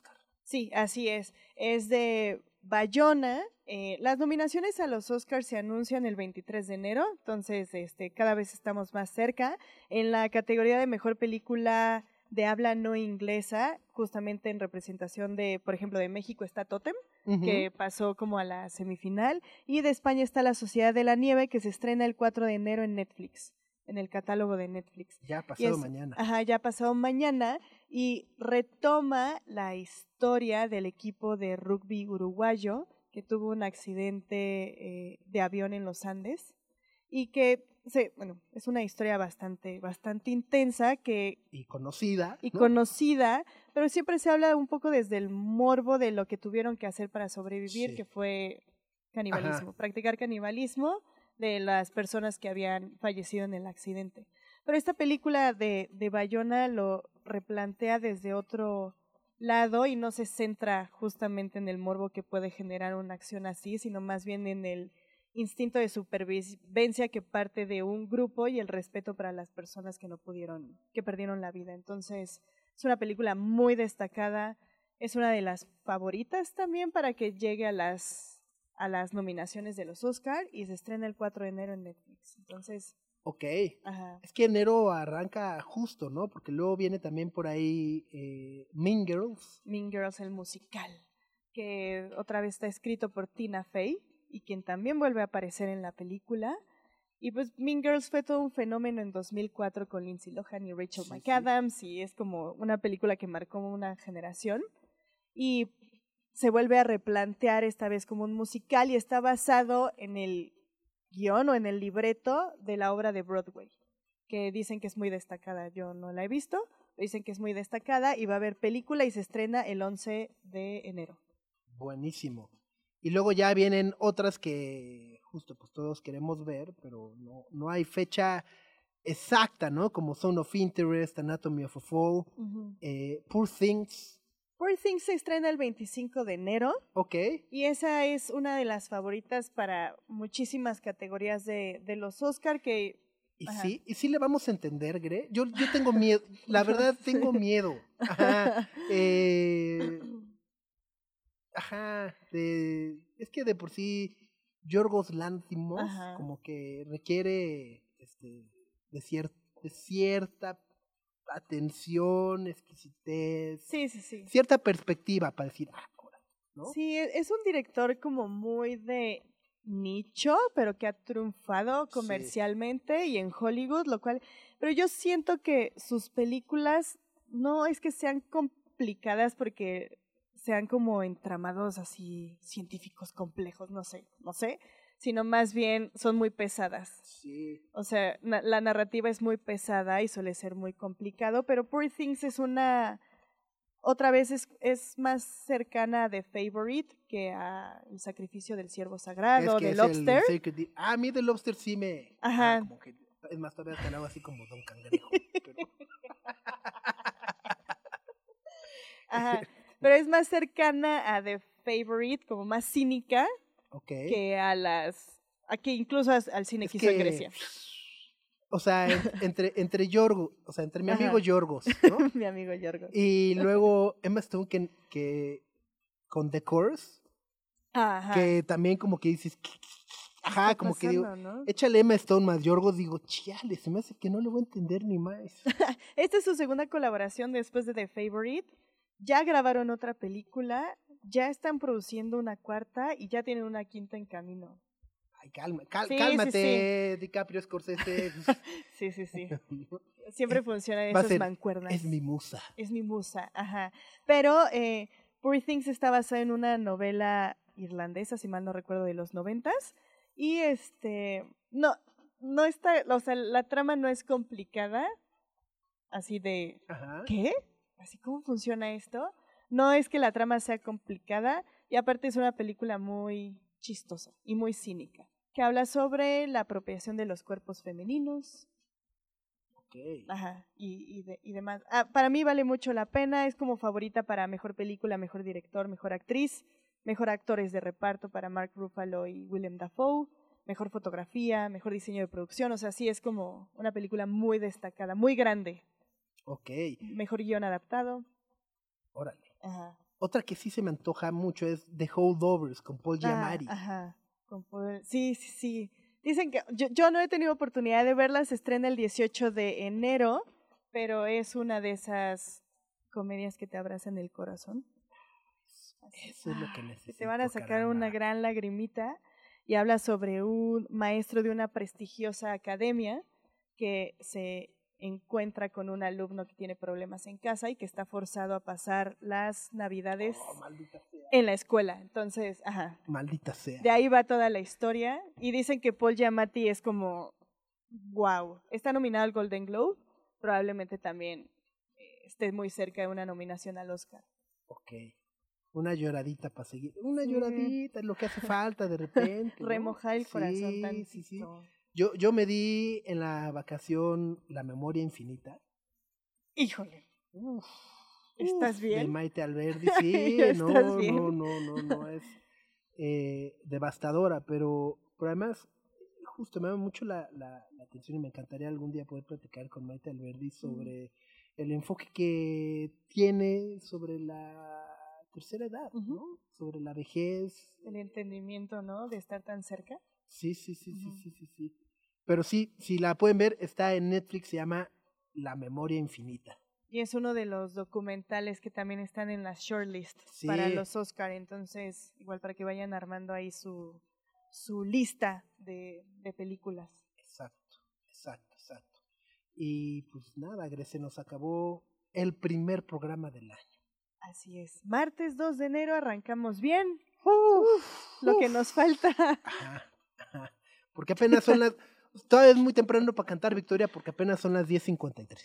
Sí, así es. Es de Bayona. Eh, las nominaciones a los Oscars se anuncian el veintitrés de enero, entonces este, cada vez estamos más cerca. En la categoría de mejor película de habla no inglesa, justamente en representación de, por ejemplo, de México está Totem, Ujú. que pasó como a la semifinal, y de España está La Sociedad de la Nieve, que se estrena el cuatro de enero en Netflix, en el catálogo de Netflix. Ya Y pasado es- mañana. Ajá, ya pasado mañana, y retoma la historia del equipo de rugby uruguayo que tuvo un accidente eh, de avión en los Andes y que, se, bueno, es una historia bastante, bastante intensa que Y conocida. y ¿no? conocida, pero siempre se habla un poco desde el morbo de lo que tuvieron que hacer para sobrevivir, Sí. que fue canibalismo, Ajá. practicar canibalismo de las personas que habían fallecido en el accidente. Pero esta película de, de Bayona lo replantea desde otro lado y no se centra justamente en el morbo que puede generar una acción así, sino más bien en el instinto de supervivencia que parte de un grupo y el respeto para las personas que no pudieron, que perdieron la vida. Entonces, es una película muy destacada, es una de las favoritas también para que llegue a las a las nominaciones de los Oscar y se estrena el cuatro de enero en Netflix. Entonces, Ok. ajá. Es que enero arranca justo, ¿no? Porque luego viene también por ahí eh, Mean Girls. Mean Girls, el musical, que otra vez está escrito por Tina Fey y quien también vuelve a aparecer en la película. Y pues Mean Girls fue todo un fenómeno en dos mil cuatro con Lindsay Lohan y Rachel Sí, McAdams y es como una película que marcó una generación y se vuelve a replantear esta vez como un musical y está basado en el guión o en el libreto de la obra de Broadway, que dicen que es muy destacada. Yo no la he visto, dicen que es muy destacada y va a haber película y se estrena el once de enero. Buenísimo. Y luego ya vienen otras que justo pues todos queremos ver, pero no, no hay fecha exacta, ¿no? Como Zone of Interest, Anatomy of a Fall, Uh-huh. eh, Poor Things. Poor Things se estrena el veinticinco de enero. Ok. Y esa es una de las favoritas para muchísimas categorías de, de los Oscar que... Y Ajá. sí, y sí le vamos a entender, Gre. Yo, yo tengo miedo, la verdad tengo miedo. Ajá. Eh, ajá. De, es que de por sí, Yorgos Lanthimos Ajá. como que requiere este, de, cier- de cierta atención, exquisitez, Sí, sí, sí. cierta perspectiva para decir, ah, ahora, ¿no? Sí, e- es un director como muy de nicho, pero que ha triunfado Sí. comercialmente y en Hollywood, lo cual... Pero yo siento que sus películas no es que sean complicadas porque sean como entramados así científicos complejos, no sé, no sé, sino más bien son muy pesadas. Sí. O sea, na- la narrativa es muy pesada y suele ser muy complicado, pero Poor Things es una... Otra vez es, es más cercana a The Favorite que a El sacrificio del ciervo sagrado, Es que de es Lobster. el Sacred Deep. Ah, a mí de Lobster sí me... Ajá. ah, como que, es más, todavía te hago así como Don Cangrejo. pero- Ajá. Pero es más cercana a The Favorite, como más cínica, ok. que a las... a que incluso as- al cine Es que hizo en que, Grecia. O sea, en- entre, entre Yorgos, o sea, entre mi Ajá. amigo Yorgos, ¿no? Mi amigo Yorgos. Y luego Emma Stone que, que con The Course, Ajá. que también como que dices, ¿qué- qué- ajá, está como que digo, pasando, ¿no? échale Emma Stone más Yorgos, digo, chale, se me hace que no le voy a entender ni más. Esta es su segunda colaboración después de The Favorite. Ya grabaron otra película, ya están produciendo una cuarta y ya tienen una quinta en camino. Ay, calma, cal- Sí, sí, cálmate, DiCaprio Scorsese. Sí, sí, sí. Siempre funcionan Va a esas ser, mancuernas. es mi musa. Es mi musa, ajá. Pero eh, Poor Things está basada en una novela irlandesa, si mal no recuerdo, de los noventas. Y este, no, no está, o sea, la trama no es complicada, así de, Ajá. ¿qué? ¿Así cómo funciona esto? No es que la trama sea complicada y aparte es una película muy chistosa y muy cínica, que habla sobre la apropiación de los cuerpos femeninos, Ok. ajá, y, y, de, y demás. Ah, para mí vale mucho la pena, es como favorita para mejor película, mejor director, mejor actriz, mejor actores de reparto para Mark Ruffalo y Willem Dafoe, mejor fotografía, mejor diseño de producción, o sea, sí es como una película muy destacada, muy grande. Ok, Mejor guión adaptado. órale. Ajá. Otra que sí se me antoja mucho es The Holdovers con Paul Ah, Giamatti. ajá. Con poder- Sí, sí, sí. Dicen que yo, yo no he tenido oportunidad de verla, se estrena el dieciocho de enero, pero es una de esas comedias que te abrazan el corazón. Así, Eso es lo que ah, necesito, te van a sacar caramba. una gran lagrimita y habla sobre un maestro de una prestigiosa academia que se encuentra con un alumno que tiene problemas en casa y que está forzado a pasar las navidades Oh, maldita sea. en la escuela. Entonces, ajá, Maldita sea. de ahí va toda la historia y dicen que Paul Giamatti es como, wow, está nominado al Golden Globe, probablemente también eh, esté muy cerca de una nominación al Oscar. Ok. Una lloradita para seguir. Una Sí. lloradita es lo que hace falta de repente. ¿no? Remojar el corazón Sí, tantito. sí, sí. Yo, yo me di en la vacación La Memoria Infinita. Híjole, Uf, ¿estás uf, bien? De Maite Alberdi, sí. ¿Estás no, bien? no, no, no, no. Es eh, devastadora, pero, pero además, justo me llama mucho la, la, la atención y me encantaría algún día poder platicar con Maite Alberdi sobre mm. el enfoque que tiene sobre la tercera edad, uh-huh. ¿no? Sobre la vejez. El entendimiento, ¿no? De estar tan cerca. Sí, sí, sí, uh-huh. sí, sí, sí, sí. Pero sí, si la pueden ver, está en Netflix, se llama La Memoria Infinita. Y es uno de los documentales que también están en la shortlist sí. para los Oscar, entonces igual para que vayan armando ahí su, su lista de, de películas. Exacto, exacto, exacto. Y pues nada, Grecia, nos acabó el primer programa del año. Así es. Martes dos de enero arrancamos bien. Uf, lo uf. que nos falta. Ajá, ajá. Porque apenas son las... Todavía es muy temprano para cantar victoria porque apenas son las diez cincuenta y tres.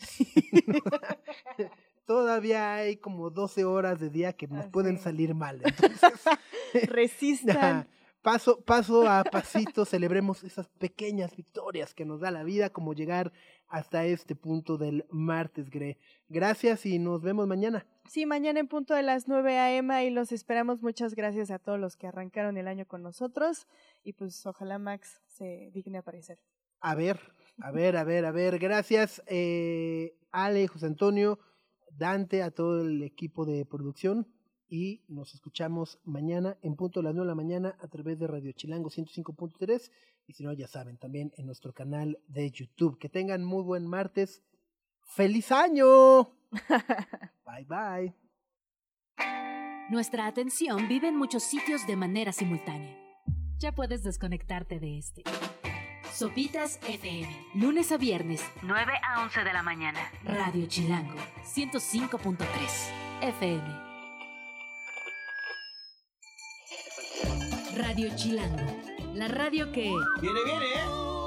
Todavía hay como doce horas de día que nos Así. pueden salir mal. Entonces, resistan. Paso, paso a pasito, celebremos esas pequeñas victorias que nos da la vida, como llegar hasta este punto del martes, Gre. Gracias y nos vemos mañana. Sí, mañana en punto de las nueve a eme y los esperamos. Muchas gracias a todos los que arrancaron el año con nosotros y pues ojalá Max se digne aparecer. A ver, a ver, a ver, a ver. Gracias, eh, Ale, José Antonio, Dante, a todo el equipo de producción. Y nos escuchamos mañana en punto de las nueve de la mañana a través de Radio Chilango ciento cinco punto tres. Y si no, ya saben, también en nuestro canal de YouTube. Que tengan muy buen martes. ¡Feliz año! Bye, bye. Nuestra atención vive en muchos sitios de manera simultánea. Ya puedes desconectarte de este. Sopitas F M. Lunes a viernes, nueve a once de la mañana. Radio Chilango, ciento cinco punto tres F M. Radio Chilango, la radio que... ¡Viene, viene!